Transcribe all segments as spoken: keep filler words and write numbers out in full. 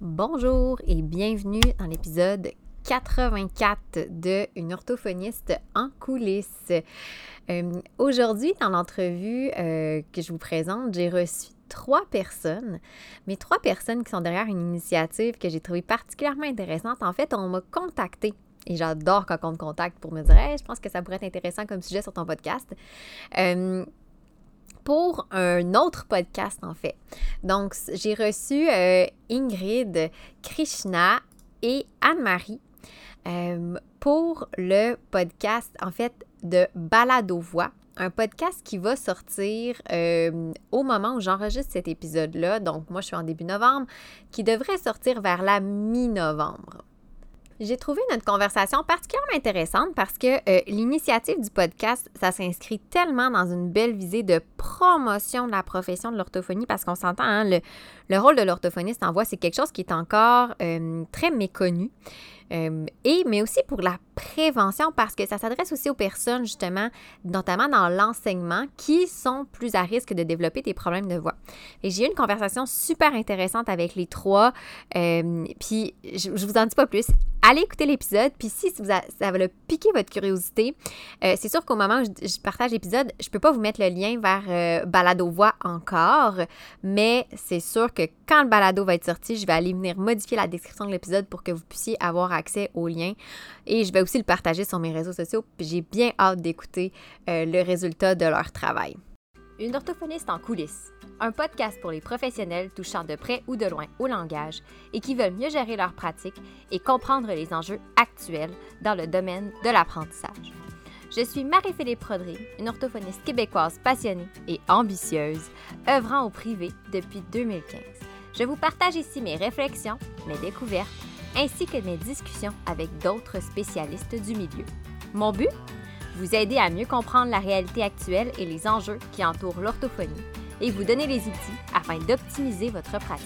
Bonjour et bienvenue dans l'épisode quatre-vingt-quatre de Une orthophoniste en coulisses. Euh, aujourd'hui, dans l'entrevue euh, que je vous présente, j'ai reçu trois personnes, mais trois personnes qui sont derrière une initiative que j'ai trouvée particulièrement intéressante. En fait, on m'a contacté. Et j'adore quand on me contacte pour me dire hey, « je pense que ça pourrait être intéressant comme sujet sur ton podcast. Euh, » pour un autre podcast, en fait. Donc, j'ai reçu euh, Ingrid, Krishna et Anne-Marie euh, pour le podcast, en fait, de Balado-Voix, un podcast qui va sortir euh, au moment où j'enregistre cet épisode-là. Donc, moi, je suis en début novembre, qui devrait sortir vers la mi-novembre. J'ai trouvé notre conversation particulièrement intéressante parce que euh, l'initiative du podcast, ça s'inscrit tellement dans une belle visée de promotion de la profession de l'orthophonie parce qu'on s'entend, hein, le, le rôle de l'orthophoniste en voix, c'est quelque chose qui est encore euh, très méconnu. Euh, et, mais aussi pour la prévention parce que ça s'adresse aussi aux personnes justement, notamment dans l'enseignement, qui sont plus à risque de développer des problèmes de voix. Et j'ai eu une conversation super intéressante avec les trois, euh, puis je, je vous en dis pas plus. Allez écouter l'épisode, puis si vous a, ça va le piquer votre curiosité, euh, c'est sûr qu'au moment où je, je partage l'épisode, je peux pas vous mettre le lien vers euh, Balado-Voix encore, mais c'est sûr que quand le balado va être sorti, je vais aller venir modifier la description de l'épisode pour que vous puissiez avoir accès au lien et je vais aussi le partager sur mes réseaux sociaux, puis j'ai bien hâte d'écouter euh, le résultat de leur travail. Une orthophoniste en coulisses, un podcast pour les professionnels touchant de près ou de loin au langage et qui veulent mieux gérer leur pratique et comprendre les enjeux actuels dans le domaine de l'apprentissage. Je suis Marie-Philippe Prodry, une orthophoniste québécoise passionnée et ambitieuse, œuvrant au privé depuis deux mille quinze. Je vous partage ici mes réflexions, mes découvertes, ainsi que mes discussions avec d'autres spécialistes du milieu. Mon but? Vous aider à mieux comprendre la réalité actuelle et les enjeux qui entourent l'orthophonie et vous donner les outils afin d'optimiser votre pratique.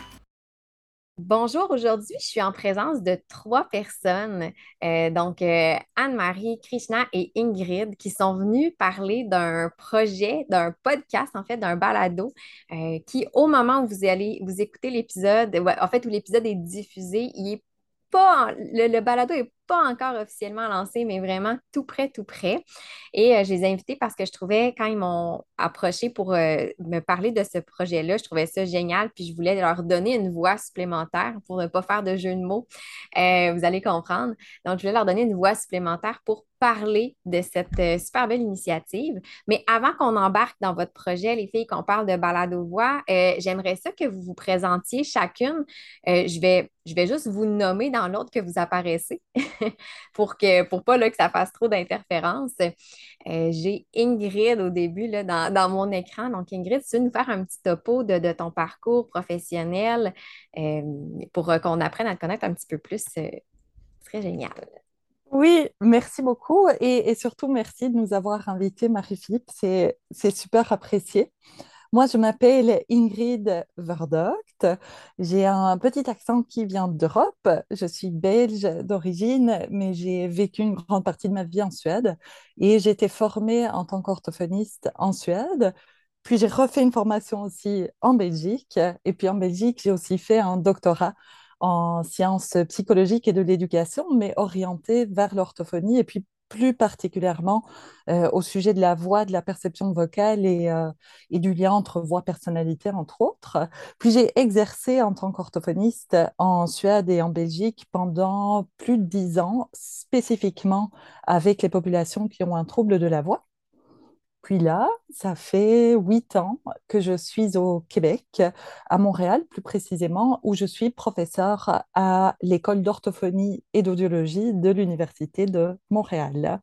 Bonjour, aujourd'hui, je suis en présence de trois personnes, euh, donc euh, Anne-Marie, Krishna et Ingrid, qui sont venues parler d'un projet, d'un podcast, en fait, d'un balado, euh, qui, au moment où vous allez vous écouter l'épisode, ouais, en fait, où l'épisode est diffusé, il est pas, le, le balado n'est pas encore officiellement lancé, mais vraiment tout près, tout près. Et euh, je les ai invités parce que je trouvais, quand ils m'ont approché pour euh, me parler de ce projet-là, je trouvais ça génial, puis je voulais leur donner une voix supplémentaire pour ne pas faire de jeu de mots. Euh, vous allez comprendre. Donc, je voulais leur donner une voix supplémentaire pour parler de cette euh, super belle initiative. Mais avant qu'on embarque dans votre projet, les filles, qu'on parle de balado-voix, euh, j'aimerais ça que vous vous présentiez chacune. Euh, je vais, je vais juste vous nommer dans l'ordre que vous apparaissez pour que, pour pas là, que ça fasse trop d'interférences. Euh, j'ai Ingrid au début là, dans, dans mon écran. Donc, Ingrid, tu veux nous faire un petit topo de, de ton parcours professionnel euh, pour euh, qu'on apprenne à te connaître un petit peu plus. Euh, ce serait génial. Oui, merci beaucoup et, et surtout merci de nous avoir invités, Marie-Philippe. C'est, c'est super apprécié. Moi, je m'appelle Ingrid Verdogt. J'ai un petit accent qui vient d'Europe. Je suis belge d'origine, mais j'ai vécu une grande partie de ma vie en Suède et j'ai été formée en tant qu'orthophoniste en Suède. Puis j'ai refait une formation aussi en Belgique. Et puis en Belgique, j'ai aussi fait un doctorat en sciences psychologiques et de l'éducation, mais orienté vers l'orthophonie et puis plus particulièrement euh, au sujet de la voix, de la perception vocale et, euh, et du lien entre voix-personnalité, entre autres. Puis j'ai exercé en tant qu'orthophoniste en Suède et en Belgique pendant plus de dix ans, spécifiquement avec les populations qui ont un trouble de la voix. Puis là, ça fait huit ans que je suis au Québec, à Montréal plus précisément, où je suis professeure à l'école d'orthophonie et d'audiologie de l'Université de Montréal.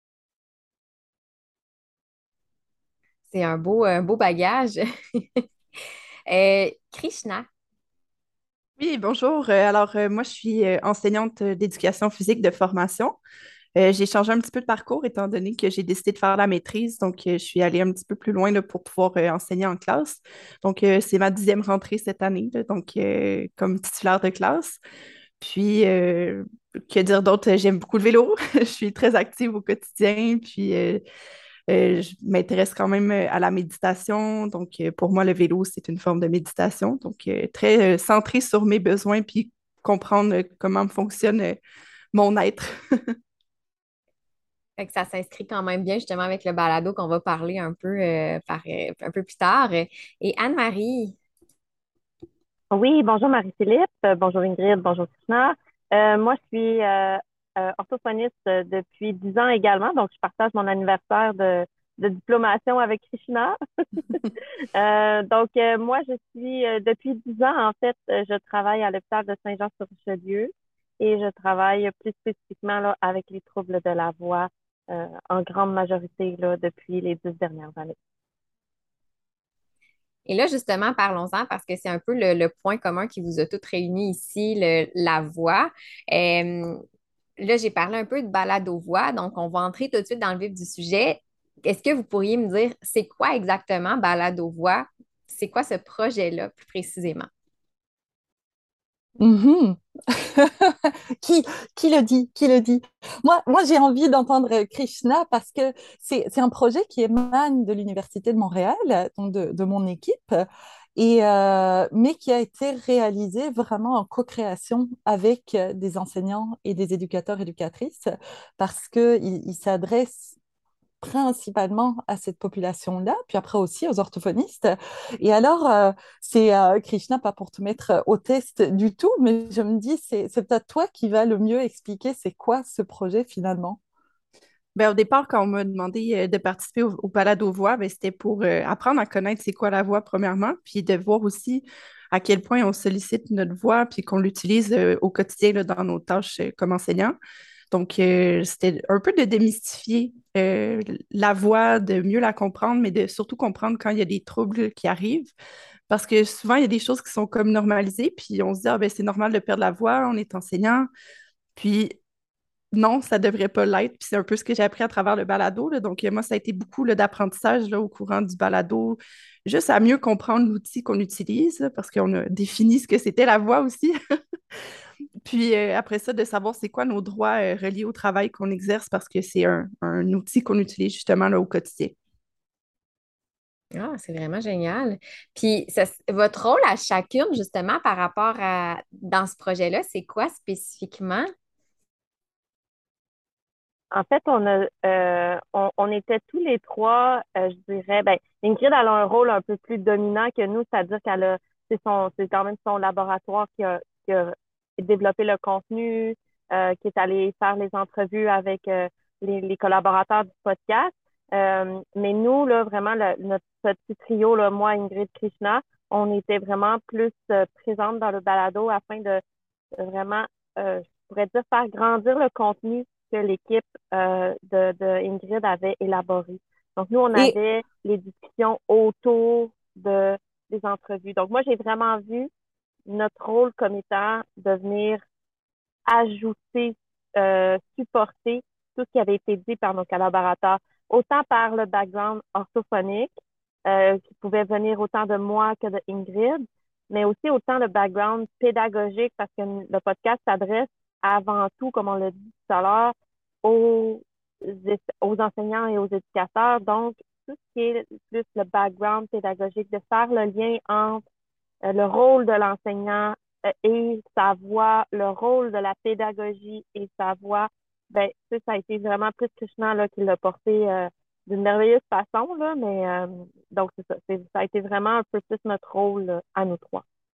C'est un beau, un beau bagage. Euh, Krishna, Oui, bonjour. Euh, Alors, euh, moi, je suis euh, enseignante euh, d'éducation physique de formation. Euh, j'ai changé un petit peu de parcours étant donné que j'ai décidé de faire la maîtrise. Donc, euh, je suis allée un petit peu plus loin là, pour pouvoir euh, enseigner en classe. Donc, euh, c'est ma dixième rentrée cette année, là, donc euh, comme titulaire de classe. Puis, euh, que dire d'autre? J'aime beaucoup le vélo. Je suis très active au quotidien. Puis, euh, Euh, je m'intéresse quand même euh, à la méditation. Donc, euh, pour moi, le vélo, c'est une forme de méditation. Donc, euh, très euh, centré sur mes besoins puis comprendre euh, comment fonctionne euh, mon être. Fait que ça s'inscrit quand même bien justement avec le balado qu'on va parler un peu, euh, par, euh, un peu plus tard. Et Anne-Marie, Oui, bonjour Marie-Philippe, euh, bonjour Ingrid, bonjour Krishna. Euh, moi, je suis euh, euh, orthophoniste euh, depuis dix ans également, donc je partage mon anniversaire de, de diplomation avec Krishna. Euh, donc, euh, moi, je suis, euh, depuis dix ans, en fait, euh, je travaille à l'hôpital de Saint-Jean-sur-Richelieu et je travaille plus spécifiquement là, avec les troubles de la voix euh, en grande majorité là, depuis les dix dernières années. et là justement, parlons-en parce que c'est un peu le, le point commun qui vous a toutes réunis ici, le- la voix. Euh, Là, j'ai parlé un peu de balado-voix, donc on va entrer tout de suite dans le vif du sujet. Est-ce que vous pourriez me dire, c'est quoi exactement balado-voix? C'est quoi ce projet-là, plus précisément? Mhm. Qui, qui le dit? Qui le dit? Moi, moi j'ai envie d'entendre Krishna parce que c'est, c'est un projet qui émane de l'Université de Montréal, donc de, de mon équipe, et, euh, mais qui a été réalisé vraiment en co-création avec des enseignants et des éducateurs éducatrices parce qu'il il s'adresse principalement à cette population-là, puis après aussi aux orthophonistes. Et alors, euh, c'est euh, Krishna, pas pour te mettre au test du tout, mais je me dis, c'est, c'est peut-être toi qui va le mieux expliquer c'est quoi ce projet finalement. Ben, au départ, quand on m'a demandé euh, de participer au, au balado voix, ben, c'était pour euh, apprendre à connaître c'est quoi la voix, premièrement, puis de voir aussi à quel point on sollicite notre voix, puis qu'on l'utilise euh, au quotidien là, dans nos tâches euh, comme enseignant. Donc, euh, c'était un peu de démystifier euh, la voix, de mieux la comprendre, mais de surtout comprendre quand il y a des troubles qui arrivent. Parce que souvent, il y a des choses qui sont comme normalisées, puis on se dit, ah, ben, c'est normal de perdre la voix, on est enseignant. Puis non, ça devrait pas l'être. Puis c'est un peu ce que j'ai appris à travers le balado, là. Donc, euh, moi, ça a été beaucoup là, d'apprentissage là, au courant du balado, juste à mieux comprendre l'outil qu'on utilise, là, parce qu'on a défini ce que c'était la voix aussi. Puis euh, après ça, de savoir c'est quoi nos droits euh, reliés au travail qu'on exerce, parce que c'est un, un outil qu'on utilise justement là, au quotidien. Ah, c'est vraiment génial. Puis, ça- votre rôle à chacune, justement, par rapport à, dans ce projet-là, c'est quoi spécifiquement? En fait, on a, euh, on, on était tous les trois, euh, je dirais, ben, Ingrid, elle a un rôle un peu plus dominant que nous, c'est-à-dire qu'elle a, c'est son, c'est quand même son laboratoire qui a, qui a développé le contenu, euh, qui est allé faire les entrevues avec euh, les, les collaborateurs du podcast. Euh, mais nous, là, vraiment, le- notre petit trio, là, moi, Ingrid, Krishna, on était vraiment plus euh, présentes dans le balado afin de, de vraiment, euh, je pourrais dire, faire grandir le contenu que l'équipe euh, de, de Ingrid avait élaboré. Donc, nous, on Et avait les discussions autour de, des entrevues. Donc, moi, j'ai vraiment vu notre rôle comme étant de venir ajouter, euh, supporter tout ce qui avait été dit par nos collaborateurs, autant par le background orthophonique, euh, qui pouvait venir autant de moi que de Ingrid, mais aussi autant le background pédagogique, parce que le podcast s'adresse avant tout, comme on l'a dit tout à l'heure, aux, aux enseignants et aux éducateurs. Donc, tout ce qui est plus le background pédagogique, de faire le lien entre euh, le rôle de l'enseignant euh, et sa voix, le rôle de la pédagogie et sa voix, ben, ça, ça a été vraiment plus Krishna là, qui l'a porté euh, d'une merveilleuse façon, là, mais euh, donc c'est ça, c'est, ça a été vraiment un peu plus notre rôle là, à nous trois.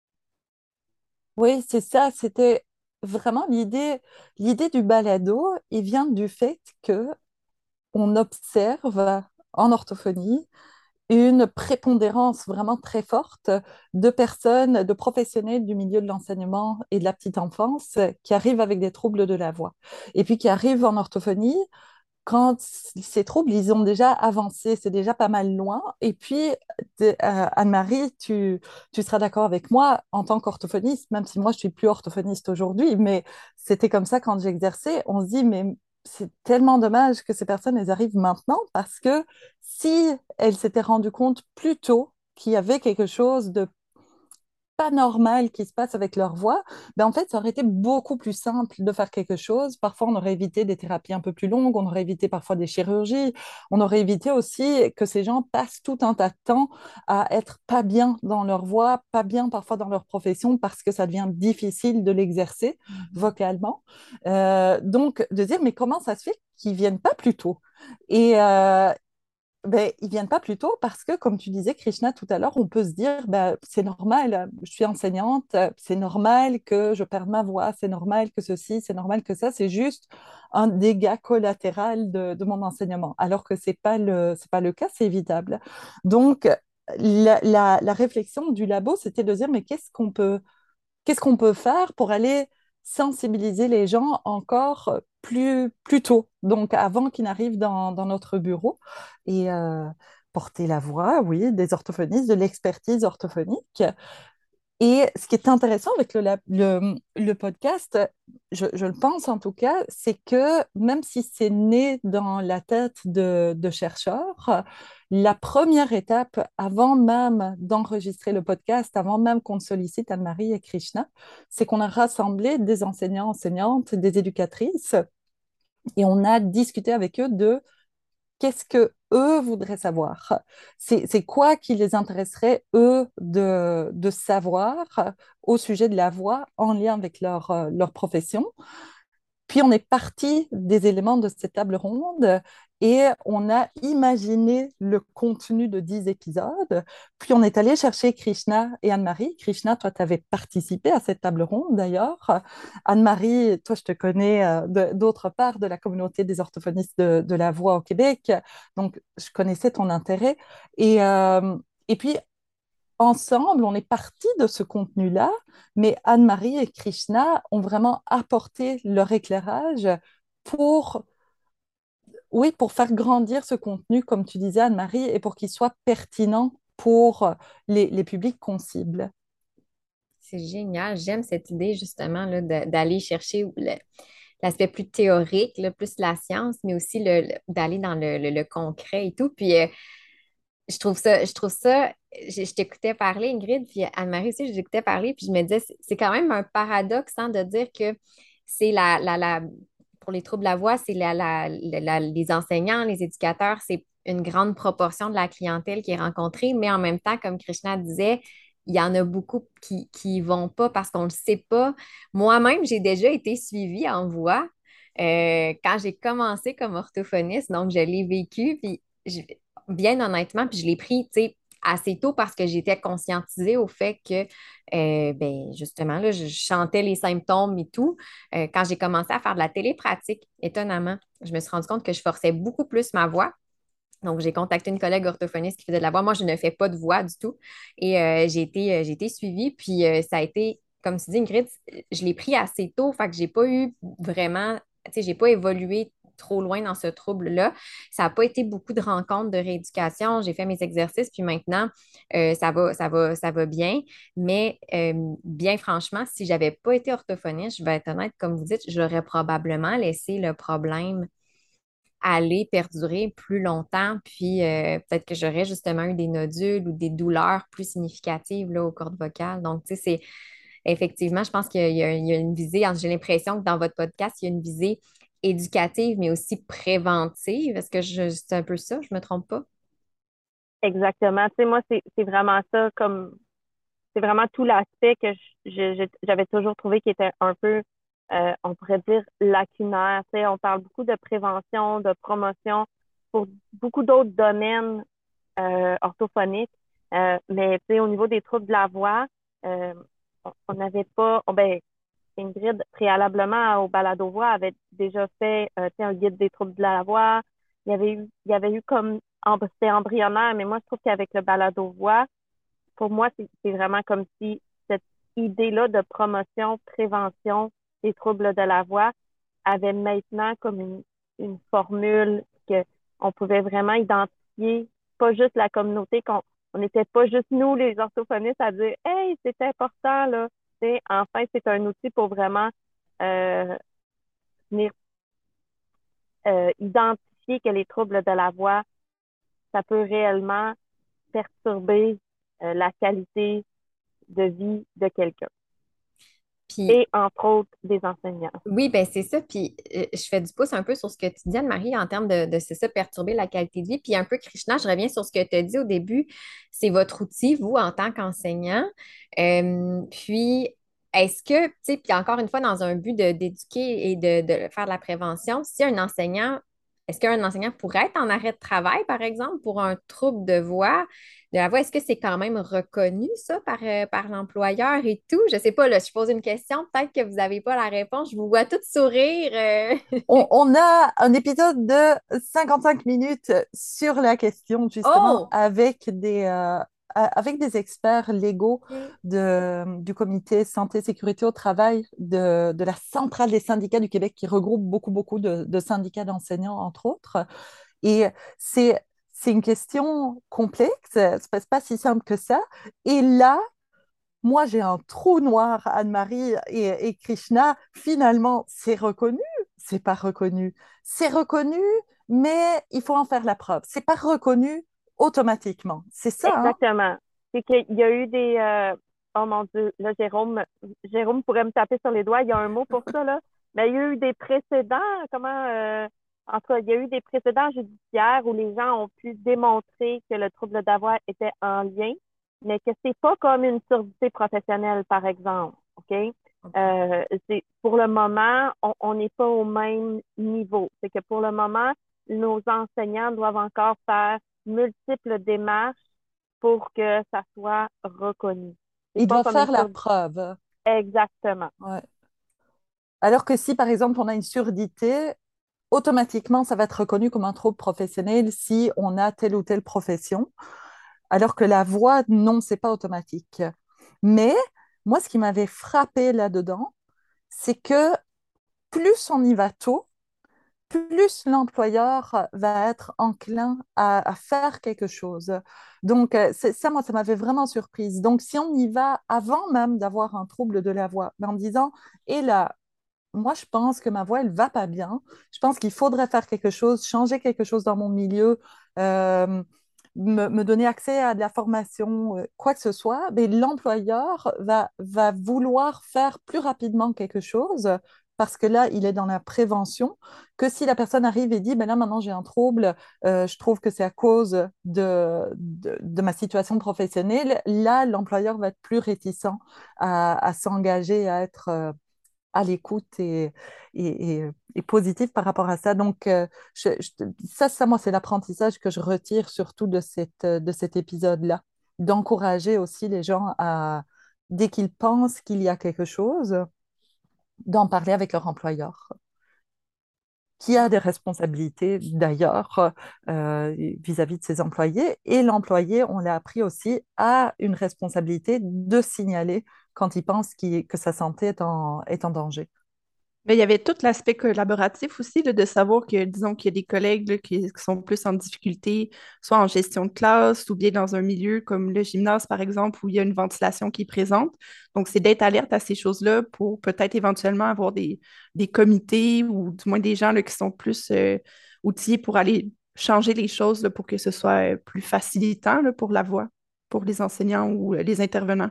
oui, c'est ça, c'était vraiment l'idée, l'idée du balado, il vient du fait que on observe en orthophonie une prépondérance vraiment très forte de personnes, de professionnels du milieu de l'enseignement et de la petite enfance qui arrivent avec des troubles de la voix. Et puis qui arrivent en orthophonie quand ces troubles, ils ont déjà avancé, c'est déjà pas mal loin. Et puis, de- euh, Anne-Marie, tu, tu seras d'accord avec moi, en tant qu'orthophoniste, même si moi, je suis plus orthophoniste aujourd'hui, mais c'était comme ça quand j'exerçais, on se dit, mais c'est tellement dommage que ces personnes, elles arrivent maintenant, parce que si elles s'étaient rendues compte plus tôt qu'il y avait quelque chose de pas normal qui se passe avec leur voix, ben en fait, ça aurait été beaucoup plus simple de faire quelque chose. Parfois, on aurait évité des thérapies un peu plus longues, on aurait évité parfois des chirurgies, on aurait évité aussi que ces gens passent tout un tas de temps à être pas bien dans leur voix, pas bien parfois dans leur profession parce que ça devient difficile de l'exercer Mhm. vocalement. Euh, donc, de dire, mais comment ça se fait qu'ils viennent pas plus tôt? Et, euh, ben, ils viennent pas plus tôt parce que, comme tu disais, Krishna, tout à l'heure, on peut se dire, ben, c'est normal, je suis enseignante, c'est normal que je perde ma voix, c'est normal que ceci, c'est normal que ça, c'est juste un dégât collatéral de, de mon enseignement, alors que c'est pas le, c'est pas le cas, c'est évitable. Donc, la, la, la réflexion du labo, c'était de dire, mais qu'est-ce qu'on peut qu'est-ce qu'on peut faire pour aller sensibiliser les gens encore plus, plus tôt, donc avant qu'ils n'arrivent dans, dans notre bureau et euh, porter la voix, oui, des orthophonistes, de l'expertise orthophonique. Et ce qui est intéressant avec le, lab- le, le podcast, je, je le pense en tout cas, c'est que même si c'est né dans la tête de, de chercheurs, la première étape avant même d'enregistrer le podcast, avant même qu'on sollicite Anne-Marie et Krishna, c'est qu'on a rassemblé des enseignants, enseignantes, des éducatrices et on a discuté avec eux de qu'est-ce que eux voudraient savoir? C'est, c'est quoi qui les intéresserait, eux, de, de savoir au sujet de la voix en lien avec leur, euh, leur profession? Puis on est parti des éléments de cette table ronde et on a imaginé le contenu de dix épisodes. Puis on est allé chercher Krishna et Anne-Marie. Krishna, toi, tu avais participé à cette table ronde d'ailleurs. Anne-Marie, toi, je te connais euh, de- d'autre part de la communauté des orthophonistes de, de la voix au Québec. Donc, je connaissais ton intérêt. Et, euh, et puis, ensemble, on est parti de ce contenu-là, mais Anne-Marie et Krishna ont vraiment apporté leur éclairage pour, oui, pour faire grandir ce contenu, comme tu disais, Anne-Marie, et pour qu'il soit pertinent pour les, les publics qu'on cible. C'est génial. J'aime cette idée justement là, de- d'aller chercher le- l'aspect plus théorique, là, plus la science, mais aussi le, le- d'aller dans le, le- le concret et tout. Puis euh, je trouve ça, je trouve ça, je, je t'écoutais parler, Ingrid, puis Anne-Marie aussi, je t'écoutais parler, puis je me disais, c'est c'est quand même un paradoxe hein, de dire que c'est la, la, la, pour les troubles de la voix, c'est la, la, la- la- les enseignants, les éducateurs, c'est une grande proportion de la clientèle qui est rencontrée, mais en même temps, comme Krishna disait, il y en a beaucoup qui qui vont pas parce qu'on ne le sait pas. Moi-même, j'ai déjà été suivie en voix euh, quand j'ai commencé comme orthophoniste, donc je l'ai vécu, puis je- bien honnêtement, puis je l'ai pris, tu sais, assez tôt parce que j'étais conscientisée au fait que, euh, ben, justement, là, je chantais les symptômes et tout. Euh, quand j'ai commencé à faire de la télépratique, étonnamment, je me suis rendu compte que je forçais beaucoup plus ma voix. Donc, j'ai contacté une collègue orthophoniste qui faisait de la voix. Moi, je ne fais pas de voix du tout. Et euh, j'ai été, euh, j'ai été suivie. Puis, euh, ça a été, comme tu dis, Ingrid, je l'ai pris assez tôt. Fait que j'ai pas eu vraiment, tu sais, j'ai pas évolué trop loin dans ce trouble-là. Ça n'a pas été beaucoup de rencontres de rééducation. J'ai fait mes exercices. Puis maintenant, euh, ça va, ça va, ça va bien. Mais euh, bien franchement, si j'avais pas été orthophoniste, je vais être honnête, comme vous dites, j'aurais probablement laissé le problème aller perdurer plus longtemps, puis euh, peut-être que j'aurais justement eu des nodules ou des douleurs plus significatives là, aux cordes vocales. Donc, tu sais, c'est effectivement, je pense qu'il y a, il y a une visée, j'ai l'impression que dans votre podcast, il y a une visée éducative, mais aussi préventive. Est-ce que je, c'est un peu ça? Je me trompe pas? Exactement. Tu sais, moi, c'est c'est vraiment ça, comme c'est vraiment tout l'aspect que je- je- je- j'avais toujours trouvé qui était un peu, euh, on pourrait dire, lacunaire. Tu sais, on parle beaucoup de prévention, de promotion pour beaucoup d'autres domaines euh, orthophoniques. Euh, mais tu sais, au niveau des troubles de la voix, euh, on on n'avait pas, oh, ben, Ingrid, préalablement au balado voix, avait déjà fait euh, tu sais, un guide des troubles de la voix. Il y avait eu, il y avait eu comme, en- c'était embryonnaire, mais moi, je trouve qu'avec le balado voix, pour moi, c'est c'est vraiment comme si cette idée-là de promotion, prévention des troubles de la voix avait maintenant comme une, une formule que on pouvait vraiment identifier, pas juste la communauté, qu'on on n'était pas juste nous, les orthophonistes, à dire Hey, c'est important, là. Tu sais, enfin, c'est un outil pour vraiment euh, venir euh, identifier que les troubles de la voix, ça peut réellement perturber euh, la qualité de vie de quelqu'un Puis, et entre autres des enseignants. oui, ben c'est ça. Puis, euh, je fais du pouce un peu sur ce que tu dis, Anne-Marie, en termes de, de c'est ça, perturber la qualité de vie. Puis, un peu, Krishna, je reviens sur ce que tu as dit au début. C'est votre outil, vous, en tant qu'enseignant. Euh, puis, est-ce que, tu sais, puis encore une fois, dans un but de- d'éduquer et de, de faire de la prévention, si un enseignant, est-ce qu'un enseignant pourrait être en arrêt de travail, par exemple, pour un trouble de voix? De la voix, est-ce que c'est quand même reconnu, ça, par, euh, par l'employeur et tout? Je sais pas, là, je pose une question, peut-être que vous n'avez pas la réponse. Je vous vois toutes sourire. euh. On, on a un épisode de cinquante-cinq minutes sur la question, justement, Oh! avec des, euh, a- avec des experts légaux OK. de, du comité santé sécurité au travail de, de la centrale des syndicats du Québec, qui regroupe beaucoup, beaucoup de, de syndicats d'enseignants, entre autres. Et c'est, c'est une question complexe, c'est pas, c'est pas si simple que ça. Et là, moi, j'ai un trou noir, Anne-Marie et, et Krishna. Finalement, c'est reconnu, c'est pas reconnu. C'est reconnu, mais il faut en faire la preuve. C'est pas reconnu automatiquement. C'est ça, hein? Exactement. C'est qu'il y a eu des... euh, oh mon Dieu, là, Jérôme, Jérôme pourrait me taper sur les doigts, il y a un mot pour ça, là. Mais il y a eu des précédents, comment... euh, en tout cas, il y a eu des précédents judiciaires où les gens ont pu démontrer que le trouble d'avoir était en lien, mais que c'est pas comme une surdité professionnelle, par exemple. OK? Euh, c'est, pour le moment, on on n'est pas au même niveau. C'est que pour le moment, nos enseignants doivent encore faire multiples démarches pour que ça soit reconnu. C'est Il pas doit comme une faire la surdité. preuve. Exactement. Ouais. Alors que si, par exemple, on a une surdité, automatiquement, ça va être reconnu comme un trouble professionnel si on a telle ou telle profession. Alors que la voix, non, c'est pas automatique. Mais moi, ce qui m'avait frappé là-dedans, c'est que plus on y va tôt, plus l'employeur va être enclin à, à faire quelque chose. Donc, euh, c'est- ça, moi, ça m'avait vraiment surprise. Donc, si on y va avant même d'avoir un trouble de la voix, ben, en disant, et là, moi, je pense que ma voix, elle va pas bien. Je pense qu'il faudrait faire quelque chose, changer quelque chose dans mon milieu, euh, me, me donner accès à de la formation, euh, quoi que ce soit. Mais l'employeur va, va vouloir faire plus rapidement quelque chose parce que là, il est dans la prévention, que si la personne arrive et dit, ben là, maintenant, j'ai un trouble, euh, je trouve que c'est à cause de, de, de ma situation professionnelle, là, l'employeur va être plus réticent à, à s'engager, à être... euh, à l'écoute et, et, et, et positive par rapport à ça. Donc, euh, je, je, ça, ça, moi, c'est l'apprentissage que je retire surtout de, cette, de cet épisode-là, d'encourager aussi les gens à, dès qu'ils pensent qu'il y a quelque chose, d'en parler avec leur employeur, qui a des responsabilités d'ailleurs euh, vis-à-vis de ses employés. Et l'employé, on l'a appris aussi, a une responsabilité de signaler quand il pense qu'il, que sa santé est en, est en danger. Mais il y avait tout l'aspect collaboratif aussi, là, de savoir que, disons, qu'il y a des collègues là, qui, qui sont plus en difficulté, soit en gestion de classe ou bien dans un milieu comme le gymnase, par exemple, où il y a une ventilation qui est présente. Donc, c'est d'être alerte à ces choses-là pour peut-être éventuellement avoir des, des comités ou du moins des gens là, qui sont plus euh, outillés pour aller changer les choses là, pour que ce soit euh, plus facilitant là, pour la voix, pour les enseignants ou euh, les intervenants.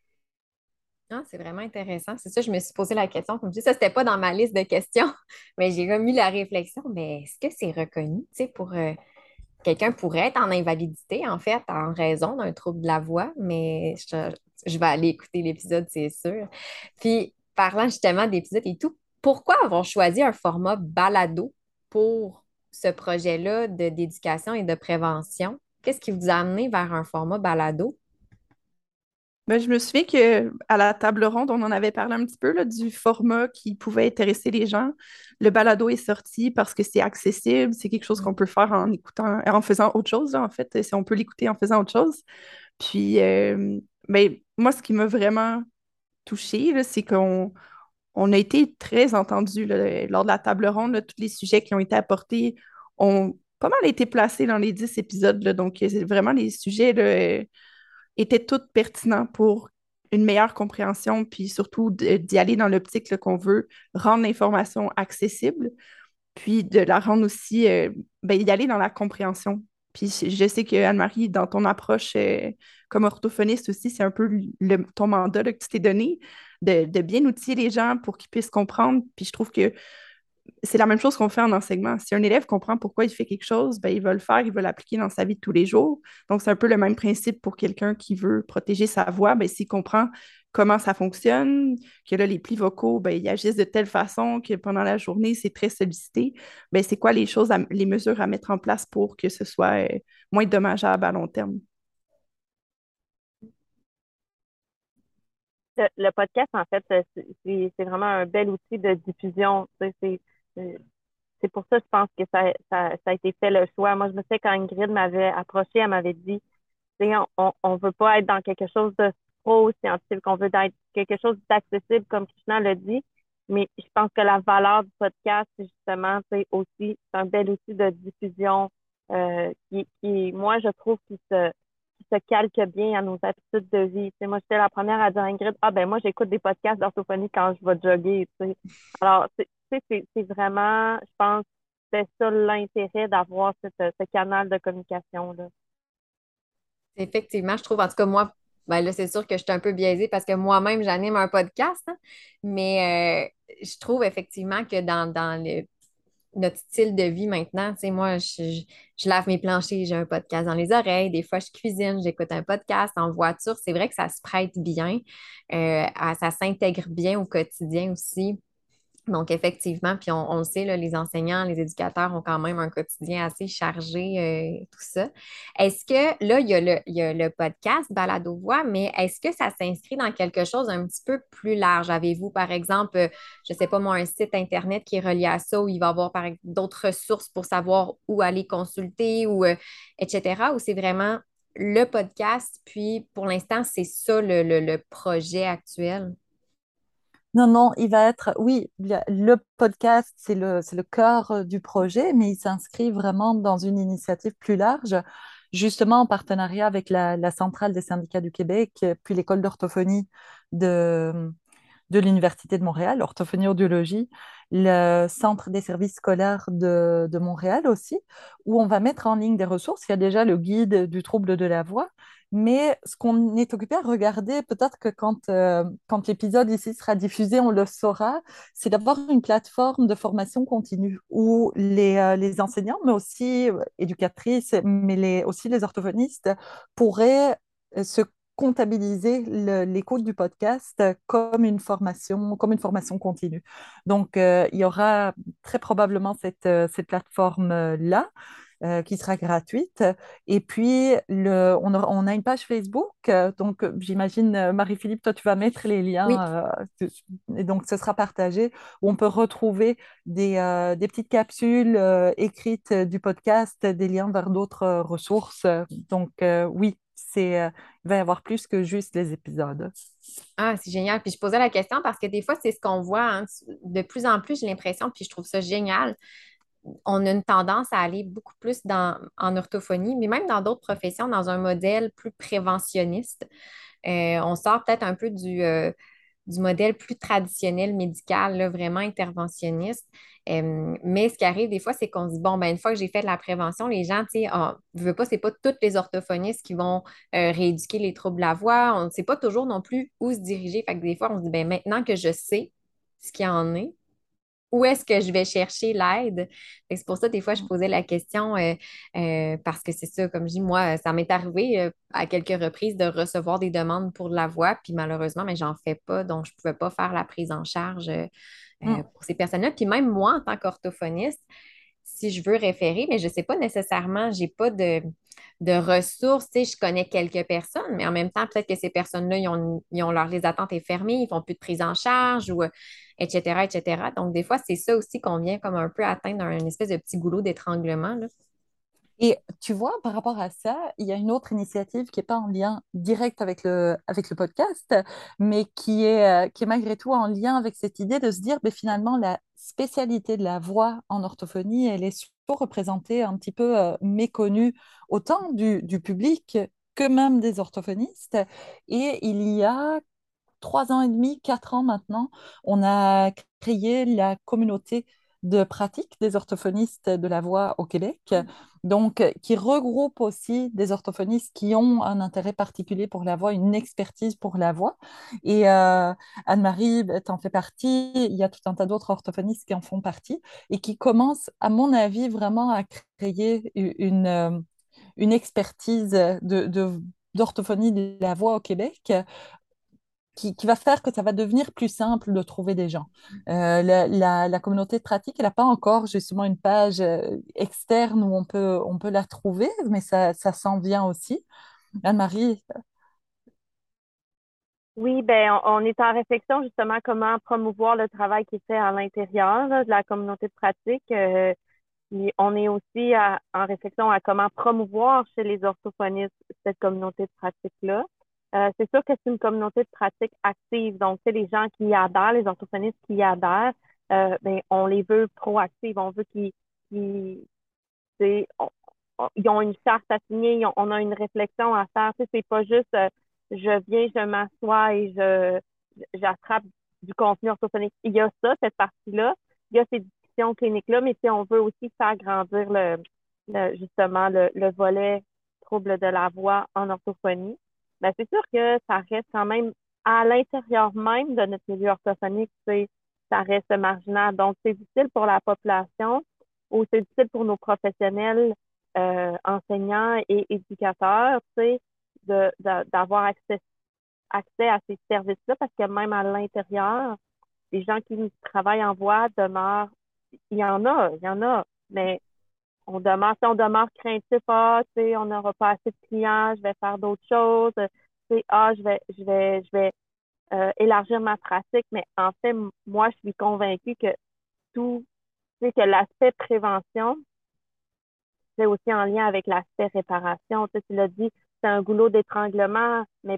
Ah, c'est vraiment intéressant. C'est ça, je me suis posé la question. Comme je dis, ça, c'était pas dans ma liste de questions, mais j'ai remis la réflexion. Mais est-ce que c'est reconnu, tu sais, pour euh, quelqu'un pourrait être en invalidité, en fait, en raison d'un trouble de la voix, mais je, je vais aller écouter l'épisode, c'est sûr. Puis, parlant justement d'épisode et tout, pourquoi avoir choisi un format balado pour ce projet-là de, d'éducation et de prévention? Qu'est-ce qui vous a amené vers un format balado? Ben, je me souviens qu'à la table ronde, on en avait parlé un petit peu là, du format qui pouvait intéresser les gens. Le balado est sorti parce que c'est accessible, c'est quelque chose qu'on peut faire en écoutant, en faisant autre chose, là, en fait, si on peut l'écouter en faisant autre chose. Puis, euh, ben, moi, ce qui m'a vraiment touchée, là, c'est qu'on on a été très entendus là, lors de la table ronde. Là, tous les sujets qui ont été apportés ont pas mal été placés dans les dix épisodes. Là, donc, c'est vraiment les sujets là, étaient toutes pertinents pour une meilleure compréhension, puis surtout d'y aller dans l'optique là, qu'on veut rendre l'information accessible, puis de la rendre aussi, euh, ben, y aller dans la compréhension Puis je je sais que Anne-Marie, dans ton approche euh, comme orthophoniste aussi, c'est un peu le- ton mandat là, que tu t'es donné de, de bien outiller les gens pour qu'ils puissent comprendre. Puis je trouve que c'est la même chose qu'on fait en enseignement. Si un élève comprend pourquoi il fait quelque chose, ben, il va le faire, il va l'appliquer dans sa vie de tous les jours. Donc, c'est un peu le même principe pour quelqu'un qui veut protéger sa voix. Ben, s'il comprend comment ça fonctionne, que là, les plis vocaux, ben, ils agissent de telle façon que pendant la journée, c'est très sollicité, ben, c'est quoi les choses, à- les mesures à mettre en place pour que ce soit euh, moins dommageable à long terme? Le, le podcast, en fait, c'est c'est- c'est vraiment un bel outil de diffusion. Tu sais, C'est c'est- c'est pour ça, je pense que ça, ça, ça a été fait le choix. Moi, je me sais quand Ingrid m'avait approché, elle m'avait dit, tu sais, on, on, on veut pas être dans quelque chose de trop scientifique, on veut être quelque chose d'accessible, comme Krishna l'a dit. Mais je pense que la valeur du podcast, c'est justement, c'est aussi, c'est un bel outil de diffusion euh, qui, qui, moi, je trouve, qui se, qui se calque bien à nos habitudes de vie. Tu sais, moi, j'étais la première à dire à Ingrid, ah ben moi, j'écoute des podcasts d'orthophonie quand je vais jogger. Tu sais. Alors, c'est tu sais, c'est c'est vraiment, je pense, c'est ça l'intérêt d'avoir cette- ce canal de communication-là. Effectivement, je trouve, en tout cas, moi, ben là, c'est sûr que je suis un peu biaisée parce que moi-même, j'anime un podcast, hein, mais euh, je trouve effectivement que dans, dans le, notre style de vie maintenant, tu sais, moi, je, je, je lave mes planchers, j'ai un podcast dans les oreilles, des fois, je cuisine, j'écoute un podcast en voiture. C'est vrai que ça se prête bien, euh, à- ça s'intègre bien au quotidien aussi. Donc, effectivement, puis on, on le sait, là, les enseignants, les éducateurs ont quand même un quotidien assez chargé, euh, tout ça. Est-ce que, là, il y a le, il y a le podcast Balado Voix, mais est-ce que ça s'inscrit dans quelque chose un petit peu plus large? Avez-vous, par exemple, euh, je ne sais pas moi, un site Internet qui est relié à ça, où il va y avoir par ex- d'autres ressources pour savoir où aller consulter, ou, euh, et cetera, ou c'est vraiment le podcast, puis pour l'instant, c'est ça le, le le projet actuel? Non, non, il va être, oui, le le podcast, c'est le, c'est le cœur euh, du projet, mais il s'inscrit vraiment dans une initiative plus large, justement en partenariat avec la, la Centrale des syndicats du Québec, euh, puis l'École d'orthophonie de, de l'Université de Montréal, orthophonie audiologie, le Centre des services scolaires de, de Montréal aussi, où on va mettre en ligne des ressources. Il y a déjà le guide du trouble de la voix, mais ce qu'on est occupé à regarder, peut-être que quand, euh, quand l'épisode ici sera diffusé, on le saura, c'est d'avoir une plateforme de formation continue où les, euh, les enseignants, mais aussi euh, éducatrices, mais les, aussi les orthophonistes pourraient euh, se comptabiliser le- l'écoute du podcast comme une formation, comme une formation continue. Donc, euh, il y aura très probablement cette, euh, cette plateforme-là euh, qui sera gratuite. Et puis, le, on, a, on a une page Facebook. euh, donc, euh, j'imagine, euh, Marie-Philippe, toi, tu vas mettre les Oui. liens. euh, tu- et donc, ce sera partagé où on peut retrouver des, euh, des petites capsules euh, écrites du podcast, des liens vers d'autres euh, ressources. Donc, euh, oui, c'est, euh, il va y avoir plus que juste les épisodes. Ah, c'est génial. Puis je posais la question parce que des fois, c'est ce qu'on voit, hein. De plus en plus, j'ai l'impression, puis je trouve ça génial. On a une tendance à aller beaucoup plus dans, en orthophonie, mais même dans d'autres professions, dans un modèle plus préventionniste. Euh, on sort peut-être un peu du, euh, du modèle plus traditionnel médical, là, vraiment interventionniste. Euh, mais ce qui arrive des fois, c'est qu'on se dit, bon, ben, une fois que j'ai fait de la prévention, les gens, tu sais, ah, je veux pas, c'est pas toutes les orthophonistes qui vont euh, rééduquer les troubles de la voix. On ne sait pas toujours non plus où se diriger. Fait que des fois, on se dit, ben, maintenant que je sais ce qu'il y en est, où est-ce que je vais chercher l'aide? Fait que C'est pour ça, des fois, je posais la question euh, euh, parce que c'est ça, comme je dis, moi, ça m'est arrivé euh, à quelques reprises de recevoir des demandes pour de la voix, puis malheureusement, mais j'en fais pas, donc je ne pouvais pas faire la prise en charge euh, euh, Mm. pour ces personnes-là. Puis même moi, en tant qu'orthophoniste, si je veux référer, mais je ne sais pas nécessairement, j'ai pas de, de ressources, tu sais, je connais quelques personnes, mais en même temps, peut-être que ces personnes-là, ils ont, ils ont leur les attentes est fermées, ils font plus de prise en charge ou euh, et cetera, et cetera. Donc, des fois, c'est ça aussi qu'on vient comme un peu atteindre un espèce de petit goulot d'étranglement, là. Et tu vois, par rapport à ça, il y a une autre initiative qui n'est pas en lien direct avec le, avec le podcast, mais qui est, euh, qui est malgré tout en lien avec cette idée de se dire, ben, finalement, la spécialité de la voix en orthophonie, elle est surtout représentée un petit peu euh, méconnue, autant du, du public que même des orthophonistes. Et il y a trois ans et demi, quatre ans maintenant, on a créé la communauté de pratique des orthophonistes de la voix au Québec, donc euh, qui regroupe aussi des orthophonistes qui ont un intérêt particulier pour la voix, une expertise pour la voix. Et euh, Anne-Marie, ben, t'en fais partie, il y a tout un tas d'autres orthophonistes qui en font partie et qui commencent, à mon avis, vraiment à créer une, euh, une expertise de, de- d'orthophonie de la voix au Québec qui, qui va faire que ça va devenir plus simple de trouver des gens. Euh, la, la- la communauté de pratique, elle n'a pas encore justement une page euh, externe où on peut, on peut la trouver, mais ça, ça s'en vient aussi. Anne-Marie, Oui, ben on, on est en réflexion justement comment promouvoir le travail qui est fait à l'intérieur là, de la communauté de pratique. Euh, puis on est aussi à- en réflexion à comment promouvoir chez les orthophonistes cette communauté de pratique-là. Euh, c'est sûr que c'est une communauté de pratique active. Donc, c'est les gens qui y adhèrent, les orthophonistes qui y adhèrent, euh, ben, on les veut proactives. On veut qu'ils, qu'ils, tu sais, on- on- ils ont une charte à signer, ils ont- on a une réflexion à faire. Tu sais, c'est pas juste euh, je viens, je m'assois et je j'attrape du contenu orthophonique. Il y a ça, cette partie-là. Il y a ces discussions cliniques-là, mais si on veut aussi faire grandir le, le- justement le, le volet trouble de la voix en orthophonie, ben c'est sûr que ça reste quand même à l'intérieur même de notre milieu orthophonique, c'est ça reste marginal. Donc, c'est difficile pour la population ou c'est difficile pour nos professionnels euh, enseignants et éducateurs, tu sais, de, de- d'avoir accès, accès à ces services-là parce que même à l'intérieur, les gens qui travaillent en voix demeurent, il y en a, il y en a, mais on demeure, si on demeure craintif, ah, tu sais, on n'aura pas assez de clients, je vais faire d'autres choses, tu sais, ah, je vais, je vais, je vais euh, élargir ma pratique, mais en fait, m- moi, je suis convaincue que tout, tu sais, que l'aspect prévention, c'est aussi en lien avec l'aspect réparation. Tu sais, tu l'as dit, c'est un goulot d'étranglement, mais,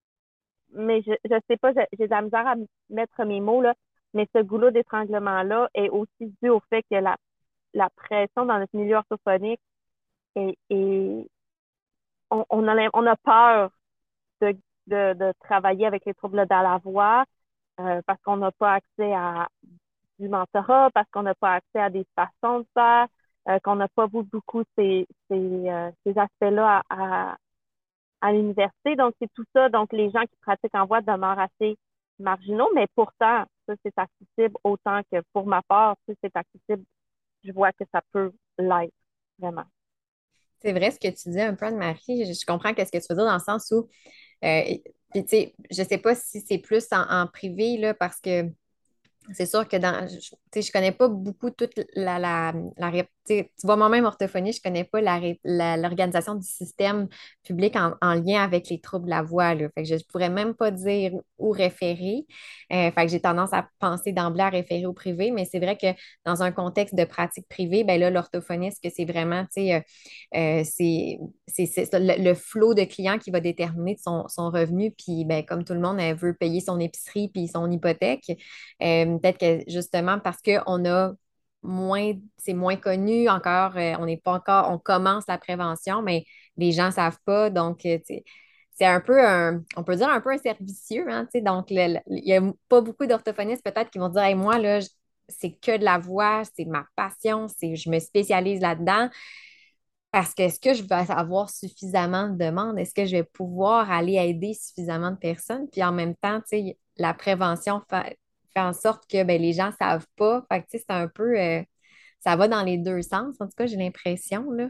mais je, je sais pas, j'ai j'ai de la misère à m- mettre mes mots, là, mais ce goulot d'étranglement-là est aussi dû au fait que la, la pression dans notre milieu orthophonique est, est- on, on a, l'im- on a peur de, de, de travailler avec les troubles de la voix euh, parce qu'on n'a pas accès à du mentorat, parce qu'on n'a pas accès à des façons de faire, euh, qu'on n'a pas vu beaucoup ces, ces, euh, ces aspects-là à, à, à l'université. Donc, c'est tout ça. Donc, les gens qui pratiquent en voix demeurent assez marginaux, mais pourtant, ça, c'est accessible autant que pour ma part, ça, c'est accessible. Je vois que ça peut l'être, vraiment. C'est vrai ce que tu dis un peu, Anne-Marie. Je, je comprends qu'est-ce que tu veux dire dans le sens où, euh, puis tu sais, je sais pas si c'est plus en, en privé, là, parce que c'est sûr que dans, je, tu sais, je connais pas beaucoup toute la, la, la ré- tu sais, tu vois, moi-même, orthophonie, je connais pas la, ré- la- l'organisation du système public en, en lien avec les troubles de la voix, là. Fait que je pourrais même pas dire où référer. Euh, fait que j'ai tendance à penser d'emblée à référer au privé, mais c'est vrai que dans un contexte de pratique privée, ben là, l'orthophoniste, que c'est vraiment, tu sais, euh, euh, c'est, c'est, c'est ça, le, le flot de clients qui va déterminer son, son revenu, puis ben, comme tout le monde, elle veut payer son épicerie puis son hypothèque. Euh, peut-être que justement parce qu'on a moins, c'est moins connu encore, euh, on n'est pas encore, on commence la prévention, mais les gens ne savent pas. Donc, euh, tu sais, c'est un peu un, on peut dire un peu un servicieux, hein, tu sais. Donc, le- le- il n'y a pas beaucoup d'orthophonistes peut-être qui vont dire, hey, moi, là, je- c'est que de la voix, c'est ma passion, c'est, je me spécialise là-dedans. Parce que est-ce que je vais avoir suffisamment de demandes? Est-ce que je vais pouvoir aller aider suffisamment de personnes? Puis en même temps, tu sais, la prévention fait, fait en sorte que ben, les gens ne savent pas. Fait que, tu sais, c'est un peu, euh, ça va dans les deux sens. En tout cas, j'ai l'impression, là.